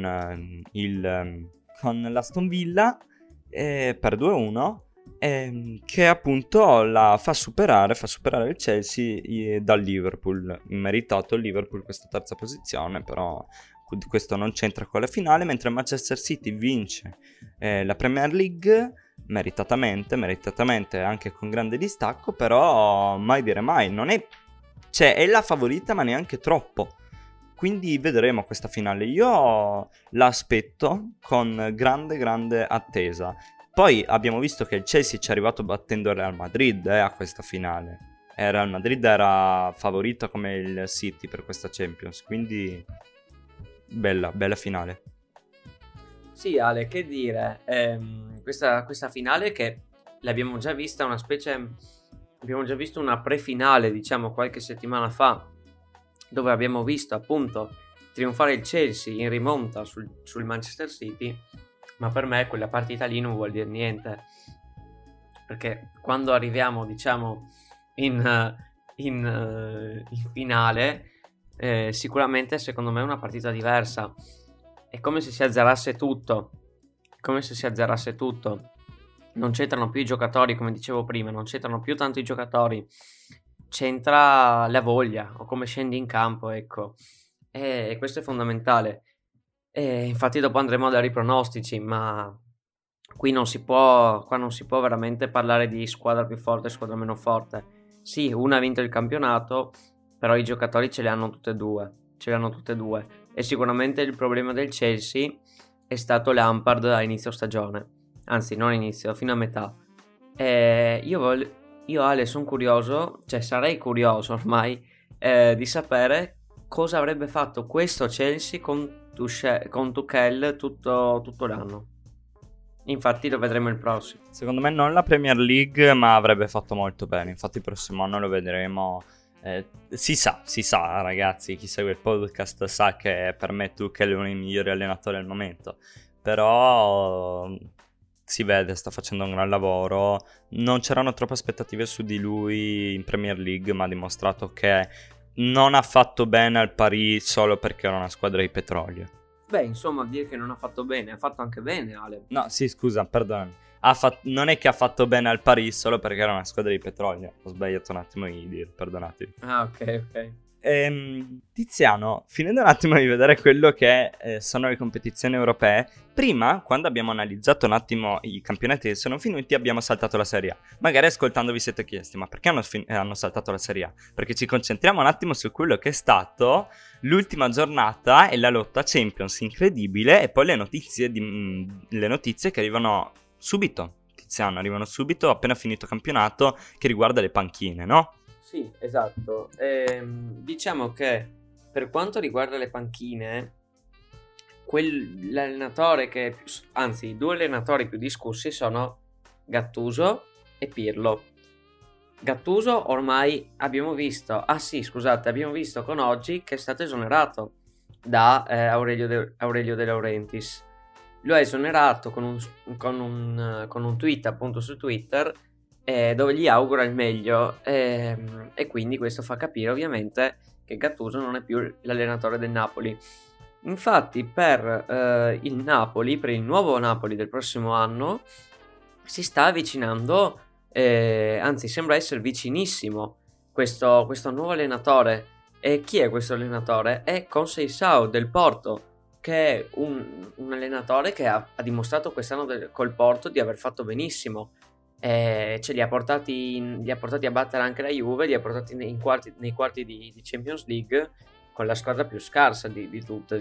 l'Aston Villa per 2-1, che appunto la fa superare il Chelsea dal Liverpool. Meritato il Liverpool questa terza posizione, però questo non c'entra con la finale, mentre Manchester City vince la Premier League meritatamente anche con grande distacco, però mai dire mai, non è, cioè è la favorita ma neanche troppo, quindi vedremo questa finale, io l'aspetto con grande attesa. Poi abbiamo visto che il Chelsea ci è arrivato battendo il Real Madrid a questa finale, il Real Madrid era favorito come il City per questa Champions, quindi bella finale. Sì, Ale, che dire, questa finale che l'abbiamo già vista abbiamo già visto una pre-finale, diciamo, qualche settimana fa, dove abbiamo visto appunto trionfare il Chelsea in rimonta sul Manchester City, ma per me quella partita lì non vuol dire niente, perché quando arriviamo, diciamo, in finale, sicuramente secondo me è una partita diversa. È come se si azzerasse tutto. Non c'entrano più i giocatori, come dicevo prima, non c'entrano più tanto i giocatori. c'entra la voglia o come scendi in campo, ecco. E questo è fondamentale. E infatti dopo andremo a dare i pronostici, ma qua non si può veramente parlare di squadra più forte e squadra meno forte. Sì, una ha vinto il campionato, però i giocatori ce li hanno tutte e due, ce li hanno tutte e due. E sicuramente il problema del Chelsea è stato Lampard a inizio stagione, anzi non inizio, fino a metà. E io Ale sono curioso, cioè sarei curioso ormai di sapere cosa avrebbe fatto questo Chelsea con Tuchel tutto l'anno. Infatti lo vedremo il prossimo. Secondo me non la Premier League, ma avrebbe fatto molto bene. Infatti il prossimo anno lo vedremo. Si sa, ragazzi, chi segue il podcast sa che per me Tuchel è uno dei migliori allenatori al momento. Però si vede, sta facendo un gran lavoro. Non c'erano troppe aspettative su di lui in Premier League, ma ha dimostrato che non ha fatto bene al Paris solo perché era una squadra di petrolio. Beh, insomma, dire che non ha fatto bene, ha fatto anche bene, Ale. No, sì, scusa, perdonami. Non è che ha fatto bene al Paris solo perché era una squadra di petrolio. Ho sbagliato un attimo di dire, perdonatemi. Ah, ok. Tiziano, finendo un attimo di vedere quello che sono le competizioni europee, prima, quando abbiamo analizzato un attimo i campionati che sono finiti, abbiamo saltato la Serie A. Magari ascoltandovi siete chiesti, ma perché hanno saltato la Serie A? Perché ci concentriamo un attimo su quello che è stato l'ultima giornata e la lotta Champions incredibile, e poi le notizie che arrivano subito. Tiziano, arrivano subito appena finito il campionato, che riguarda le panchine, no? Sì, esatto. Diciamo che per quanto riguarda le panchine, l'allenatore anzi, i due allenatori più discussi sono Gattuso e Pirlo. Gattuso ormai abbiamo visto con oggi che è stato esonerato da Aurelio De Laurentiis. Lo ha esonerato con un tweet appunto su Twitter, dove gli augura il meglio, e quindi questo fa capire ovviamente che Gattuso non è più l'allenatore del Napoli. Infatti per il nuovo Napoli del prossimo anno si sta avvicinando, anzi sembra essere vicinissimo questo nuovo allenatore. E chi è questo allenatore? È Conceição del Porto, che è un allenatore che ha dimostrato quest'anno col Porto di aver fatto benissimo. Li ha portati a battere anche la Juve, li ha portati nei quarti di Champions League con la squadra più scarsa di tutte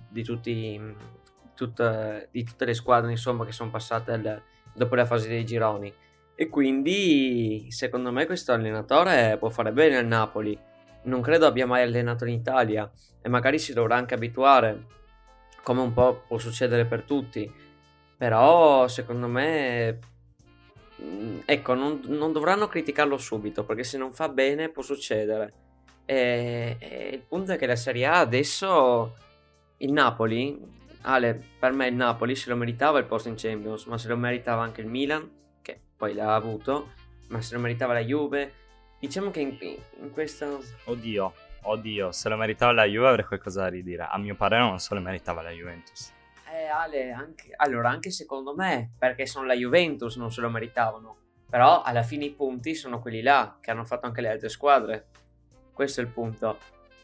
le squadre, insomma, che sono passate dopo la fase dei gironi. E quindi secondo me questo allenatore può fare bene al Napoli. Non credo abbia mai allenato in Italia e magari si dovrà anche abituare, come un po' può succedere per tutti. Però secondo me, ecco, non dovranno criticarlo subito, perché se non fa bene può succedere. E il punto è che la Serie A adesso, il Napoli, per me il Napoli se lo meritava il posto in Champions, ma se lo meritava anche il Milan, che poi l'ha avuto, ma se lo meritava la Juve. Diciamo che in questo... Oddio, se lo meritava la Juve avrei qualcosa da ridire. A mio parere non se lo meritava la Juventus. Anche secondo me, perché sono la Juventus, non se lo meritavano. Però alla fine i punti sono quelli là, che hanno fatto anche le altre squadre. Questo è il punto.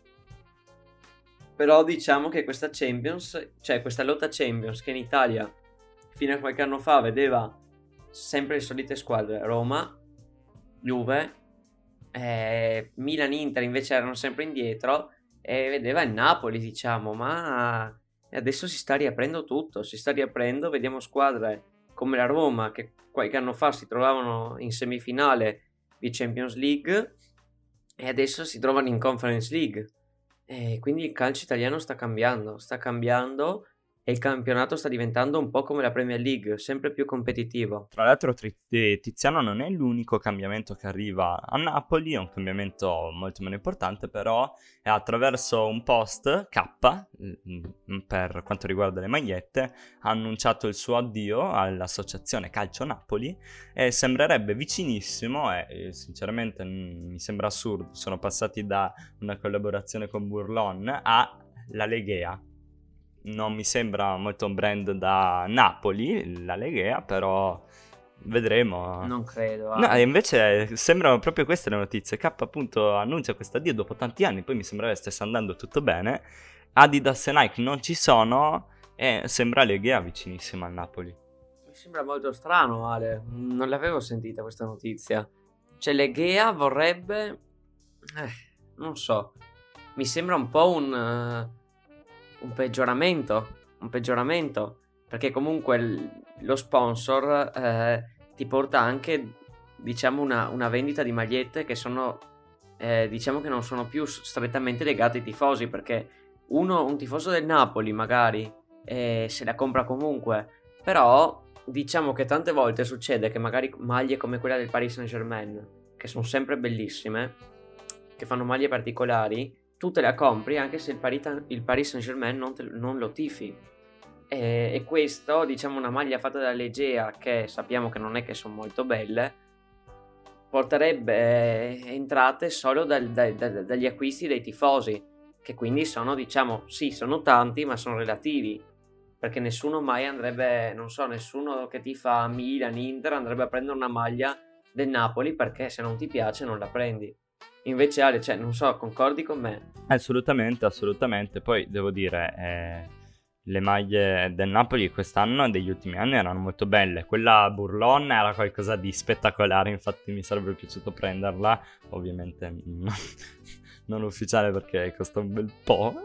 Però diciamo che questa Champions, cioè questa lotta Champions, che in Italia fino a qualche anno fa vedeva sempre le solite squadre, Roma, Juve, Milan, Inter invece erano sempre indietro, e vedeva il Napoli, diciamo, ma adesso si sta riaprendo tutto, vediamo squadre come la Roma che qualche anno fa si trovavano in semifinale di Champions League e adesso si trovano in Conference League, e quindi il calcio italiano sta cambiando e il campionato sta diventando un po' come la Premier League, sempre più competitivo. Tra l'altro Tiziano non è l'unico cambiamento che arriva a Napoli, è un cambiamento molto meno importante, però è attraverso un post K, per quanto riguarda le magliette, ha annunciato il suo addio all'associazione Calcio Napoli e sembrerebbe vicinissimo, e sinceramente mi sembra assurdo, sono passati da una collaborazione con Burlon alla Legea. Non mi sembra molto un brand da Napoli, la Legea, però vedremo. Non credo. No, e invece sembrano proprio queste le notizie. K appunto annuncia questo addio dopo tanti anni, poi mi sembrava stesse andando tutto bene. Adidas e Nike non ci sono e sembra Leghia vicinissima al Napoli. Mi sembra molto strano, Ale. Non l'avevo sentita questa notizia. Cioè, l'Egea vorrebbe... non so. Mi sembra un po' un peggioramento. Un peggioramento. Perché comunque lo sponsor ti porta anche, diciamo, una vendita di magliette che sono... diciamo che non sono più strettamente legate ai tifosi. Perché un tifoso del Napoli magari se la compra comunque. Però... diciamo che tante volte succede che magari maglie come quella del Paris Saint-Germain, che sono sempre bellissime, che fanno maglie particolari, tu te la compri anche se il Paris Saint-Germain non lo tifi. E questo, diciamo, una maglia fatta da Legea, che sappiamo che non è che sono molto belle, porterebbe entrate solo dagli acquisti dei tifosi, che quindi sono, diciamo, sì, sono tanti, ma sono relativi. Perché nessuno mai andrebbe, non so, nessuno che tifa Milan, Inter andrebbe a prendere una maglia del Napoli, perché se non ti piace non la prendi. Invece Ale, cioè, non so, concordi con me? Assolutamente, assolutamente. Poi devo dire, le maglie del Napoli quest'anno e degli ultimi anni erano molto belle. Quella Burlon era qualcosa di spettacolare, infatti mi sarebbe piaciuto prenderla. Ovviamente non ufficiale perché costa un bel po'.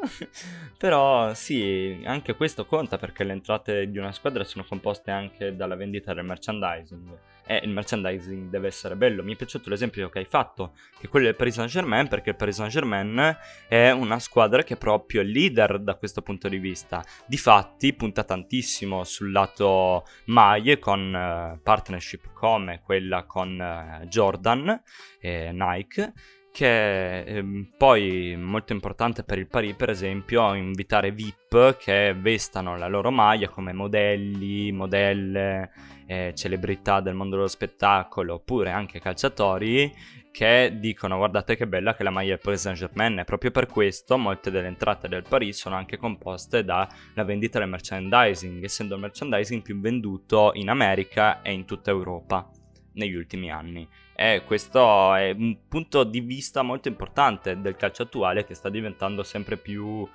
Però sì, anche questo conta perché le entrate di una squadra sono composte anche dalla vendita del merchandising. E il merchandising deve essere bello. Mi è piaciuto l'esempio che hai fatto, che è quello del Paris Saint-Germain, perché il Paris Saint-Germain è una squadra che è proprio leader da questo punto di vista. Difatti punta tantissimo sul lato maglie con partnership come quella con Jordan e Nike, che è poi molto importante per il Paris, per esempio, invitare VIP che vestano la loro maglia come modelli, modelle, celebrità del mondo dello spettacolo, oppure anche calciatori che dicono guardate che bella che la maglia del Paris Saint-Germain. E proprio per questo molte delle entrate del Paris sono anche composte dalla vendita del merchandising, essendo il merchandising più venduto in America e in tutta Europa negli ultimi anni. E questo è un punto di vista molto importante del calcio attuale, che sta diventando sempre più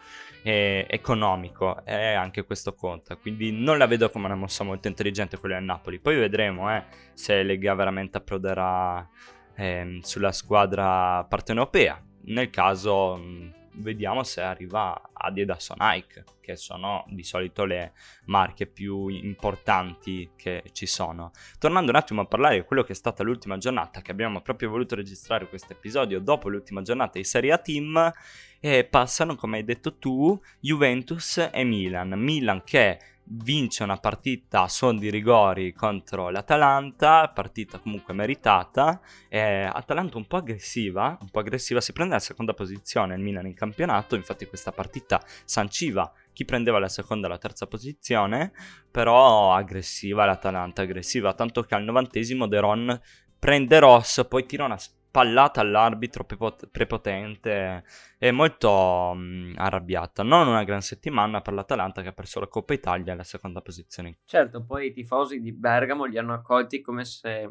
economico, e anche questo conta. Quindi non la vedo come una mossa molto intelligente quella del Napoli. Poi vedremo se Lega veramente approderà sulla squadra partenopea. Nel caso vediamo se arriva Adidas o Nike, che sono di solito le marche più importanti che ci sono. Tornando un attimo a parlare di quello che è stata l'ultima giornata, che abbiamo proprio voluto registrare questo episodio dopo l'ultima giornata di Serie A Team, e passano, come hai detto tu, Juventus e Milan che vince una partita a suon di rigori contro l'Atalanta, partita comunque meritata. Atalanta un po' aggressiva, si prende la seconda posizione il Milan in campionato, infatti questa partita sanciva chi prendeva la seconda e la terza posizione, però aggressiva l'Atalanta, aggressiva, tanto che al 90esimo De Ron prende rosso, poi tira una spallata all'arbitro prepotente e molto arrabbiata. Non una gran settimana per l'Atalanta, che ha perso la Coppa Italia alla seconda posizione. Certo, poi i tifosi di Bergamo li hanno accolti come se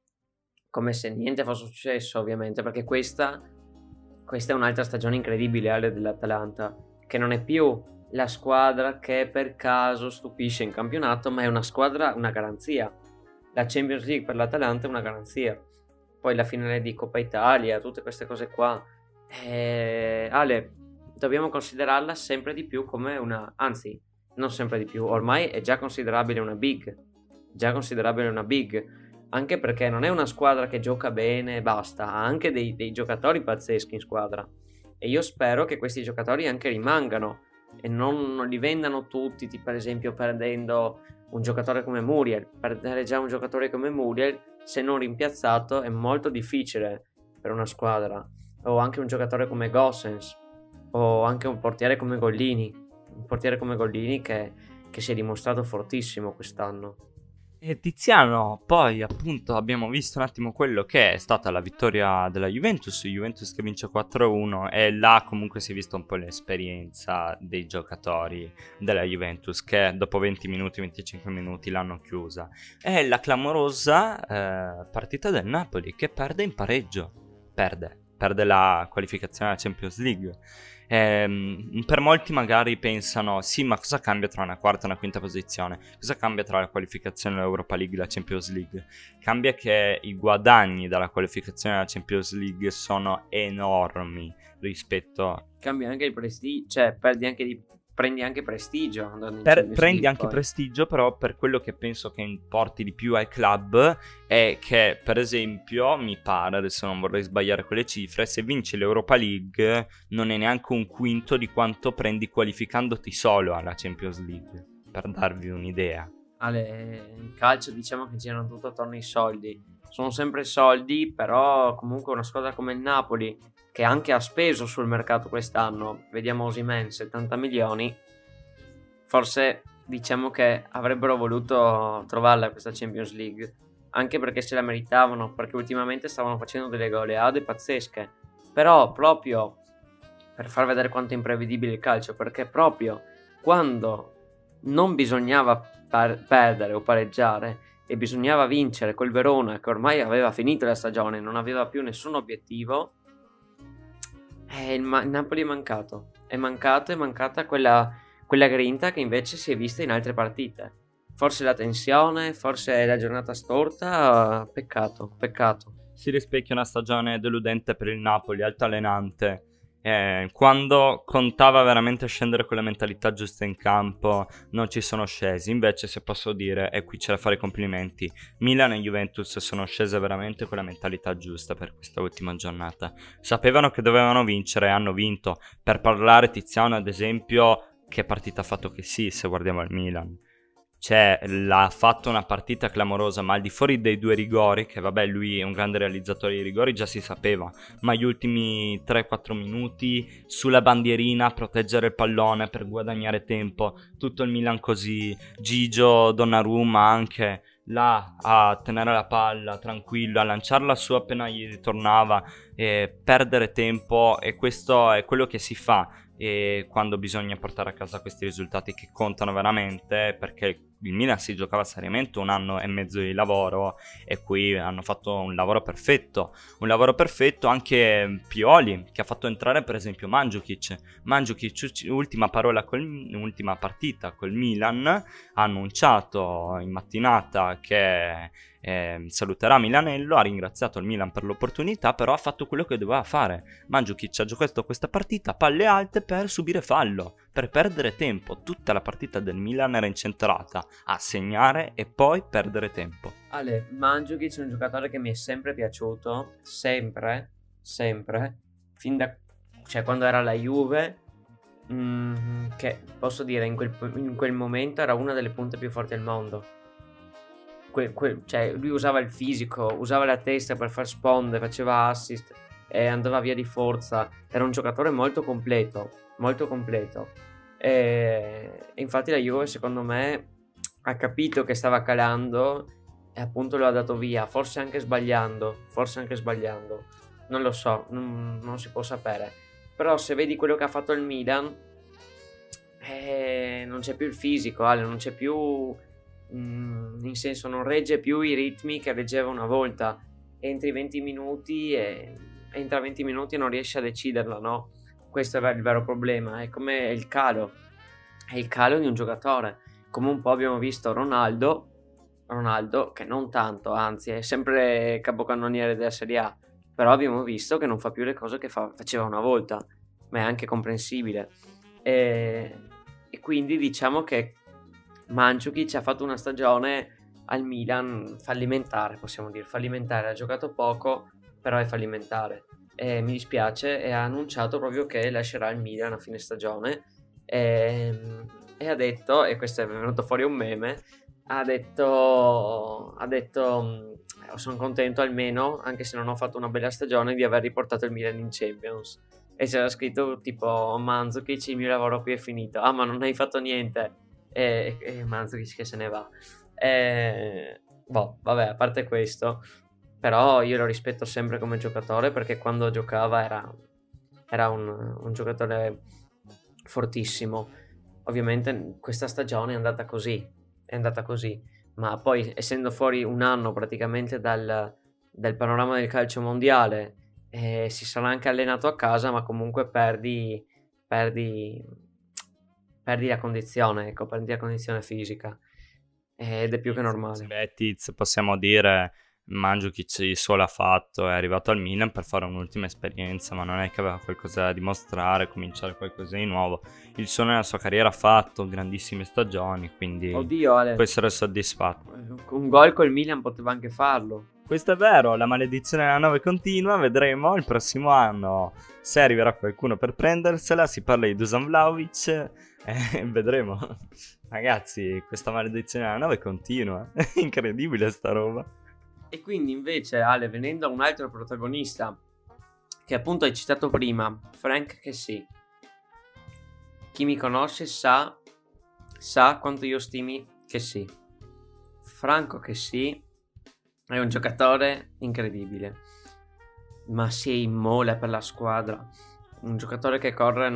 niente fosse successo, ovviamente, perché questa è un'altra stagione incredibile, Ale, dell'Atalanta, che non è più la squadra che per caso stupisce in campionato, ma è una squadra, una garanzia. La Champions League per l'Atalanta è una garanzia. Poi la finale di Coppa Italia, tutte queste cose qua. Ale, dobbiamo considerarla sempre di più come anzi, non sempre di più, ormai è già considerabile una big. Anche perché non è una squadra che gioca bene e basta, ha anche dei giocatori pazzeschi in squadra. E io spero che questi giocatori anche rimangano e non li vendano tutti, per esempio perdendo un giocatore come Muriel. Perdere già un giocatore come Muriel, se non rimpiazzato, è molto difficile per una squadra. O anche un giocatore come Gossens, o anche un portiere come Gollini, che si è dimostrato fortissimo quest'anno. E Tiziano, poi appunto abbiamo visto un attimo quello che è stata la vittoria della Juventus che vince 4-1, e là comunque si è vista un po' l'esperienza dei giocatori della Juventus che dopo 20 minuti, 25 minuti l'hanno chiusa. E la clamorosa partita del Napoli che perde in pareggio, perde la qualificazione alla Champions League. Per molti magari pensano, sì, ma cosa cambia tra una quarta e una quinta posizione? Cosa cambia tra la qualificazione all'Europa League e la Champions League? Cambia che i guadagni dalla qualificazione alla Champions League sono enormi rispetto... Cambia anche il prestigio, cioè prendi anche prestigio andando in Champions Prendi League, anche poi. prestigio, però per quello che penso che importi di più ai club è che, per esempio, mi pare, adesso non vorrei sbagliare con le cifre, se vinci l'Europa League non è neanche un quinto di quanto prendi qualificandoti solo alla Champions League, per darvi un'idea. In calcio diciamo che girano tutto attorno ai soldi. Sono sempre soldi, però comunque una squadra come il Napoli, che anche ha speso sul mercato quest'anno, vediamo Osimhen, 70 milioni, forse diciamo che avrebbero voluto trovarla questa Champions League, anche perché se la meritavano, perché ultimamente stavano facendo delle goleade pazzesche. Però proprio per far vedere quanto è imprevedibile il calcio, perché proprio quando non bisognava perdere o pareggiare e bisognava vincere col Verona, che ormai aveva finito la stagione, non aveva più nessun obiettivo, il Napoli è mancata quella grinta che invece si è vista in altre partite. Forse la tensione, forse la giornata storta, peccato. Si rispecchia una stagione deludente per il Napoli, altalenante. Quando contava veramente scendere con la mentalità giusta in campo, non ci sono scesi. Invece, se posso dire, e qui c'è da fare i complimenti, Milan e Juventus sono scese veramente con la mentalità giusta per questa ultima giornata. Sapevano che dovevano vincere e hanno vinto. Per parlare, Tiziano, ad esempio, che partita ha fatto che sì, se guardiamo il Milan. Cioè, l'ha fatto una partita clamorosa, ma al di fuori dei 2 rigori, che vabbè, lui è un grande realizzatore di rigori, già si sapeva, ma gli ultimi 3-4 minuti sulla bandierina, proteggere il pallone per guadagnare tempo, tutto il Milan così, Gigio, Donnarumma anche là a tenere la palla tranquillo, a lanciarla su appena gli ritornava, perdere tempo, e questo è quello che si fa. E quando bisogna portare a casa questi risultati che contano veramente, perché il Milan si giocava seriamente 1 anno e mezzo di lavoro, e qui hanno fatto un lavoro perfetto anche Pioli, che ha fatto entrare per esempio Mandžukić, ultima partita col Milan, ha annunciato in mattinata che saluterà Milanello, ha ringraziato il Milan per l'opportunità, però ha fatto quello che doveva fare. Mandžukić ha giocato questa partita palle alte per subire fallo, per perdere tempo. Tutta la partita del Milan era incentrata a segnare e poi perdere tempo. Mandžukić è un giocatore che mi è sempre piaciuto, sempre, cioè quando era la Juve, che posso dire in quel momento era una delle punte più forti del mondo. Cioè lui usava il fisico, usava la testa per far sponde, faceva assist e andava via di forza. Era un giocatore molto completo. E infatti la Juve secondo me ha capito che stava calando e appunto lo ha dato via, forse anche sbagliando, non lo so, non si può sapere. Però se vedi quello che ha fatto il Milan, non c'è più il fisico, non c'è più, in senso non regge più i ritmi che reggeva una volta. Entri 20 minuti e entra 20 minuti e non riesci a deciderla, no? Questo era il vero problema, è come il calo di un giocatore, come un po' abbiamo visto Ronaldo che non tanto, anzi è sempre capocannoniere della Serie A, però abbiamo visto che non fa più le cose che faceva una volta, ma è anche comprensibile. E quindi diciamo che Mandžukić ha fatto una stagione al Milan fallimentare, possiamo dire, fallimentare, ha giocato poco, però è fallimentare. E mi dispiace, e ha annunciato proprio che lascerà il Milan a fine stagione, e ha detto, e questo è venuto fuori un meme, ha detto sono contento almeno, anche se non ho fatto una bella stagione, di aver riportato il Milan in Champions. E c'era scritto tipo Mandžukić, il mio lavoro qui è finito, ma non hai fatto niente. E Mandžukić che se ne va. Vabbè, a parte questo, però io lo rispetto sempre come giocatore, perché quando giocava era un giocatore fortissimo. Ovviamente questa stagione è andata così, ma poi essendo fuori un anno praticamente dal panorama del calcio mondiale, si sarà anche allenato a casa, ma comunque perdi, perdi la condizione, ecco, perdi la condizione fisica, ed è più che normale. Betis, possiamo dire, Mandžukić il suo l'ha fatto, è arrivato al Milan per fare un'ultima esperienza, ma non è che aveva qualcosa da dimostrare, cominciare qualcosa di nuovo. Il suo nella sua carriera ha fatto grandissime stagioni, quindi Oddio, Ale, può essere soddisfatto. un gol col Milan poteva anche farlo. Questo è vero, la maledizione della 9 continua, vedremo il prossimo anno se arriverà qualcuno per prendersela, si parla di Dusan Vlahovic, vedremo. Ragazzi, questa maledizione della 9 continua, è incredibile sta roba. E quindi invece, Ale, venendo a un altro protagonista che appunto hai citato prima, Franck Kessy. Chi mi conosce sa quanto io stimi Kessy. Franco Kessy è un giocatore incredibile, ma si immola per la squadra. Un giocatore che corre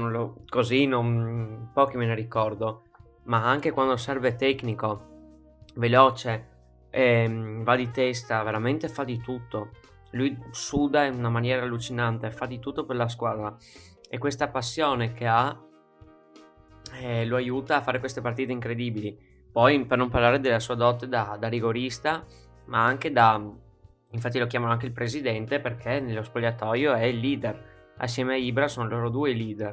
pochi me ne ricordo, ma anche quando serve tecnico, veloce, va di testa, veramente fa di tutto. Lui suda in una maniera allucinante, fa di tutto per la squadra, e questa passione che ha lo aiuta a fare queste partite incredibili. Poi, per non parlare della sua dote da rigorista, ma anche infatti lo chiamano anche il presidente, perché nello spogliatoio è il leader. Assieme a Ibra sono loro due i leader.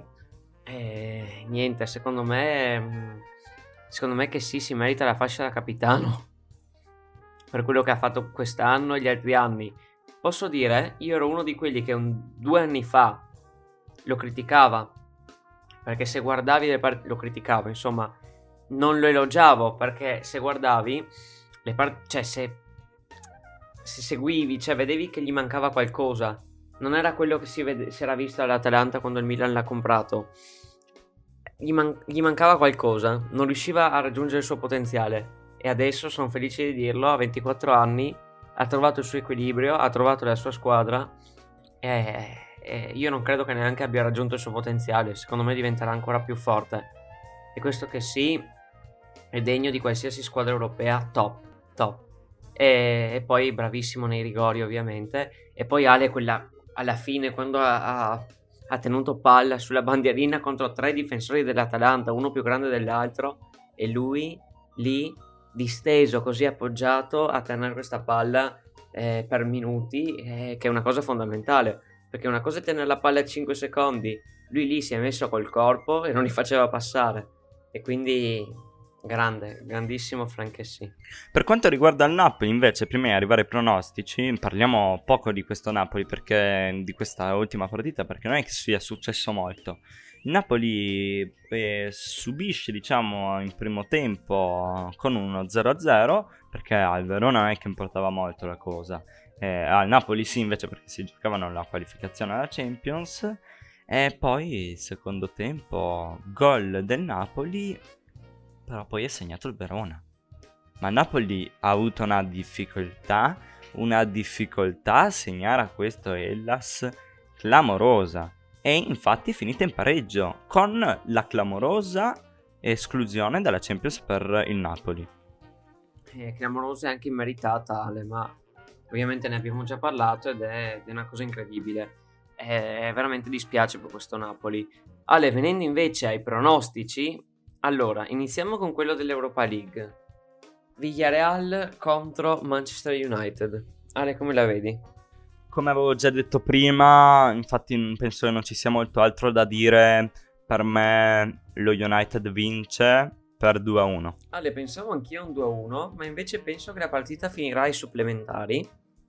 Niente, secondo me che sì, si merita la fascia da capitano per quello che ha fatto quest'anno e gli altri anni. Posso dire, io ero uno di quelli che 2 anni fa lo criticava, perché se guardavi le partite, lo criticavo, insomma, non lo elogiavo, perché se guardavi le partite, cioè se seguivi, cioè vedevi che gli mancava qualcosa. Non era quello che si era visto all'Atalanta quando il Milan l'ha comprato. Gli mancava qualcosa, non riusciva a raggiungere il suo potenziale, e adesso sono felice di dirlo, a 24 anni ha trovato il suo equilibrio, ha trovato la sua squadra, e io non credo che neanche abbia raggiunto il suo potenziale. Secondo me diventerà ancora più forte, e questo che sì, è degno di qualsiasi squadra europea top. E poi bravissimo nei rigori, ovviamente. E poi Ale, quella alla fine, quando ha tenuto palla sulla bandierina contro 3 difensori dell'Atalanta, uno più grande dell'altro, e lui lì disteso, così appoggiato a tenere questa palla per minuti, che è una cosa fondamentale, perché una cosa è tenere la palla a 5 secondi, lui lì si è messo col corpo e non li faceva passare, e quindi grandissimo Franck Kessy. Per quanto riguarda il Napoli, invece, prima di arrivare ai pronostici, parliamo poco di questo Napoli, perché di questa ultima partita, perché non è che sia successo molto. Il Napoli subisce, diciamo, in primo tempo con uno 0-0, perché al Verona non è che importava molto la cosa. Al Napoli sì, invece, perché si giocavano la qualificazione alla Champions. E poi, secondo tempo, gol del Napoli, però poi è segnato il Verona. Ma Napoli ha avuto una difficoltà a segnare a questo Hellas clamorosa. E infatti è finita in pareggio, con la clamorosa esclusione dalla Champions per il Napoli. Clamorosa e anche immeritata, Ale, ma ovviamente ne abbiamo già parlato ed è una cosa incredibile. Veramente dispiace per questo Napoli. Ale, venendo invece ai pronostici, allora, iniziamo con quello dell'Europa League. Villarreal contro Manchester United. Ale, come la vedi? Come avevo già detto prima, infatti penso che non ci sia molto altro da dire. Per me lo United vince per 2-1. Ale, pensavo anch'io a un 2-1, ma invece penso che la partita finirà ai supplementari.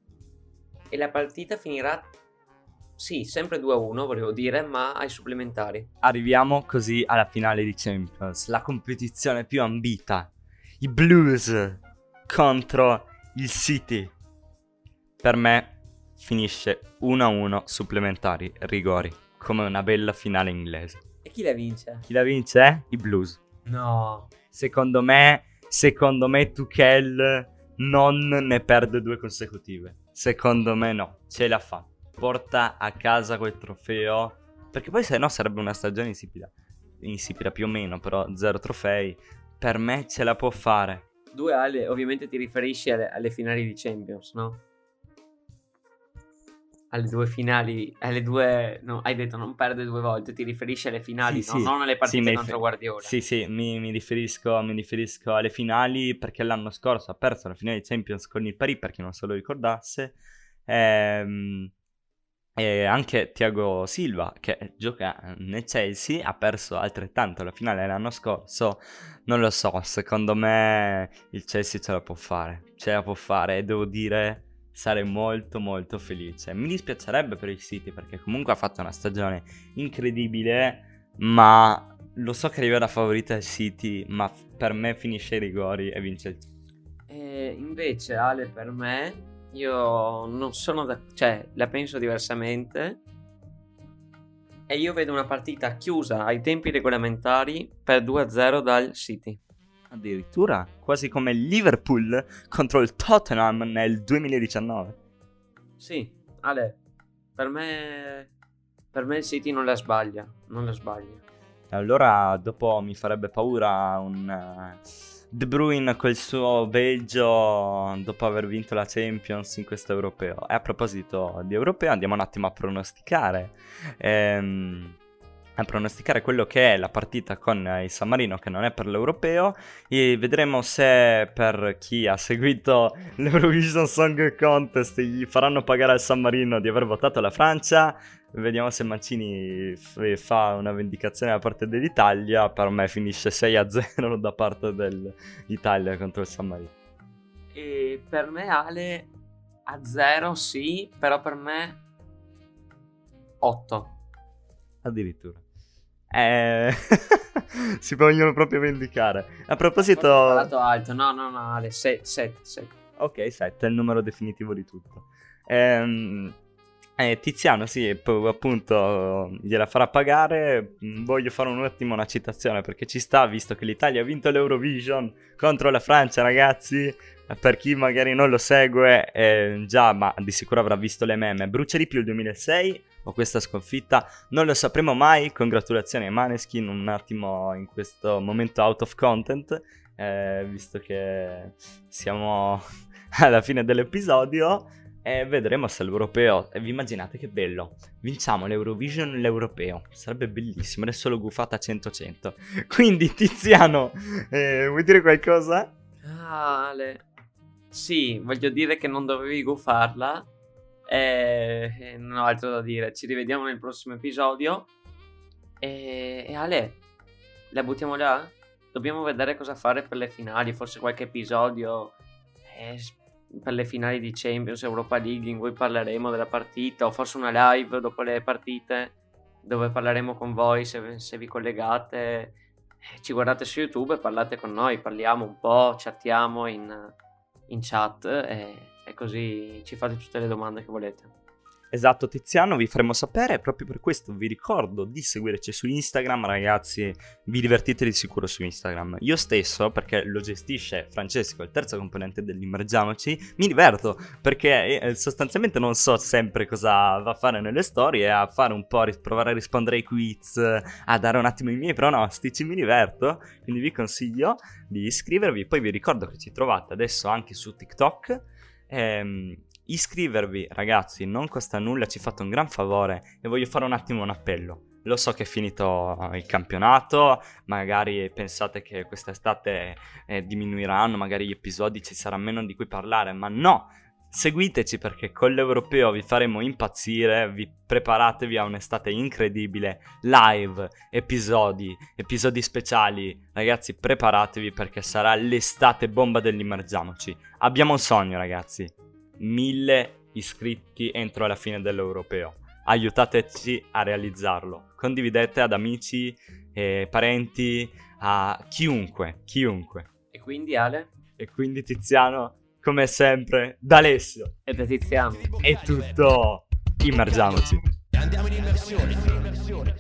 E la partita finirà, sì, sempre 2-1, volevo dire, ma ai supplementari. Arriviamo così alla finale di Champions, la competizione più ambita. I Blues contro il City. Per me finisce 1-1 supplementari, rigori, come una bella finale inglese. E chi la vince? Chi la vince? I Blues. No. Secondo me secondo me Tuchel non ne perde 2 consecutive. Secondo me no, ce la fa. Porta a casa quel trofeo, perché poi se no sarebbe una stagione insipida più o meno, però 0 trofei. Per me ce la può fare. 2 Ale, ovviamente ti riferisci alle finali di Champions, no? Alle 2 finali, alle 2... No, hai detto non perde 2 volte, ti riferisci alle finali, Sì, no? sì. Non alle partite Sì, contro Guardiola. Sì, mi riferisco alle finali, perché l'anno scorso ha perso la finale di Champions con il Paris, per chi non se lo ricordasse. E anche Thiago Silva, che gioca nel Chelsea, ha perso altrettanto la finale l'anno scorso. Non lo so, secondo me il Chelsea ce la può fare e devo dire sarei molto molto felice. Mi dispiacerebbe per il City perché comunque ha fatto una stagione incredibile, ma lo so che arriva da favorita il City, ma per me finisce ai rigori e vince il City. E invece Ale, per me, io non sono cioè la penso diversamente e io vedo una partita chiusa ai tempi regolamentari per 2-0 dal City. Addirittura quasi come il Liverpool contro il Tottenham nel 2019. Sì, Ale, per me il City non la sbaglia. Allora dopo mi farebbe paura un De Bruyne col suo Belgio dopo aver vinto la Champions in questo europeo. E a proposito di europeo andiamo un attimo a pronosticare quello che è la partita con il San Marino, che non è per l'europeo, e vedremo se per chi ha seguito l'Eurovision Song Contest gli faranno pagare al San Marino di aver votato la Francia. Vediamo se Mancini fa una vendicazione da parte dell'Italia. Per me finisce 6-0 da parte dell'Italia contro il San Marino. E per me Ale a 0 sì, però per me 8. Addirittura. Si vogliono proprio vendicare. A proposito... Ho sparato alto, no Ale, 7. Ok, 7 è il numero definitivo di tutto. Tiziano, sì, appunto gliela farà pagare. Voglio fare un attimo una citazione perché ci sta, visto che l'Italia ha vinto l'Eurovision contro la Francia, ragazzi. Per chi magari non lo segue, già, ma di sicuro avrà visto le meme. Brucia di più il 2006 o questa sconfitta? Non lo sapremo mai. Congratulazioni ai Maneskin, un attimo in questo momento out of content, visto che siamo alla fine dell'episodio. E vedremo se l'europeo... vi immaginate che bello? Vinciamo l'Eurovision, l'europeo. Sarebbe bellissimo. Adesso l'ho gufata 100-100. Quindi Tiziano, vuoi dire qualcosa? Ale, sì, voglio dire che non dovevi gufarla. Non ho altro da dire. Ci rivediamo nel prossimo episodio. E Ale, la buttiamo là? Dobbiamo vedere cosa fare per le finali. Forse qualche episodio per le finali di Champions, Europa League, in cui parleremo della partita, o forse una live dopo le partite dove parleremo con voi se vi collegate, ci guardate su YouTube e parlate con noi, parliamo un po', chattiamo in chat e così ci fate tutte le domande che volete. Esatto Tiziano, vi faremo sapere. Proprio per questo vi ricordo di seguirci su Instagram, ragazzi. Vi divertite di sicuro su Instagram. Io stesso, perché lo gestisce Francesco, il terzo componente dell'Immergiamoci, mi diverto perché sostanzialmente non so sempre cosa va a fare nelle storie, a fare un po', provare a rispondere ai quiz, a dare un attimo i miei pronostici. Mi diverto, quindi vi consiglio di iscrivervi. Poi vi ricordo che ci trovate adesso anche su TikTok. Iscrivervi, ragazzi, non costa nulla, ci fate un gran favore. E voglio fare un attimo un appello. Lo so che è finito il campionato, magari pensate che quest'estate diminuiranno, magari gli episodi, ci sarà meno di cui parlare, ma no! Seguiteci perché con l'europeo vi faremo impazzire, preparatevi a un'estate incredibile, live, episodi speciali, ragazzi preparatevi perché sarà l'estate bomba dell'Immergiamoci. Abbiamo un sogno, ragazzi, 1000 iscritti entro la fine dell'europeo, aiutateci a realizzarlo, condividete ad amici, parenti, a chiunque. E quindi Ale? E quindi Tiziano, come sempre, da Alessio E da Tiziano. è tutto, immergiamoci. Andiamo in immersione.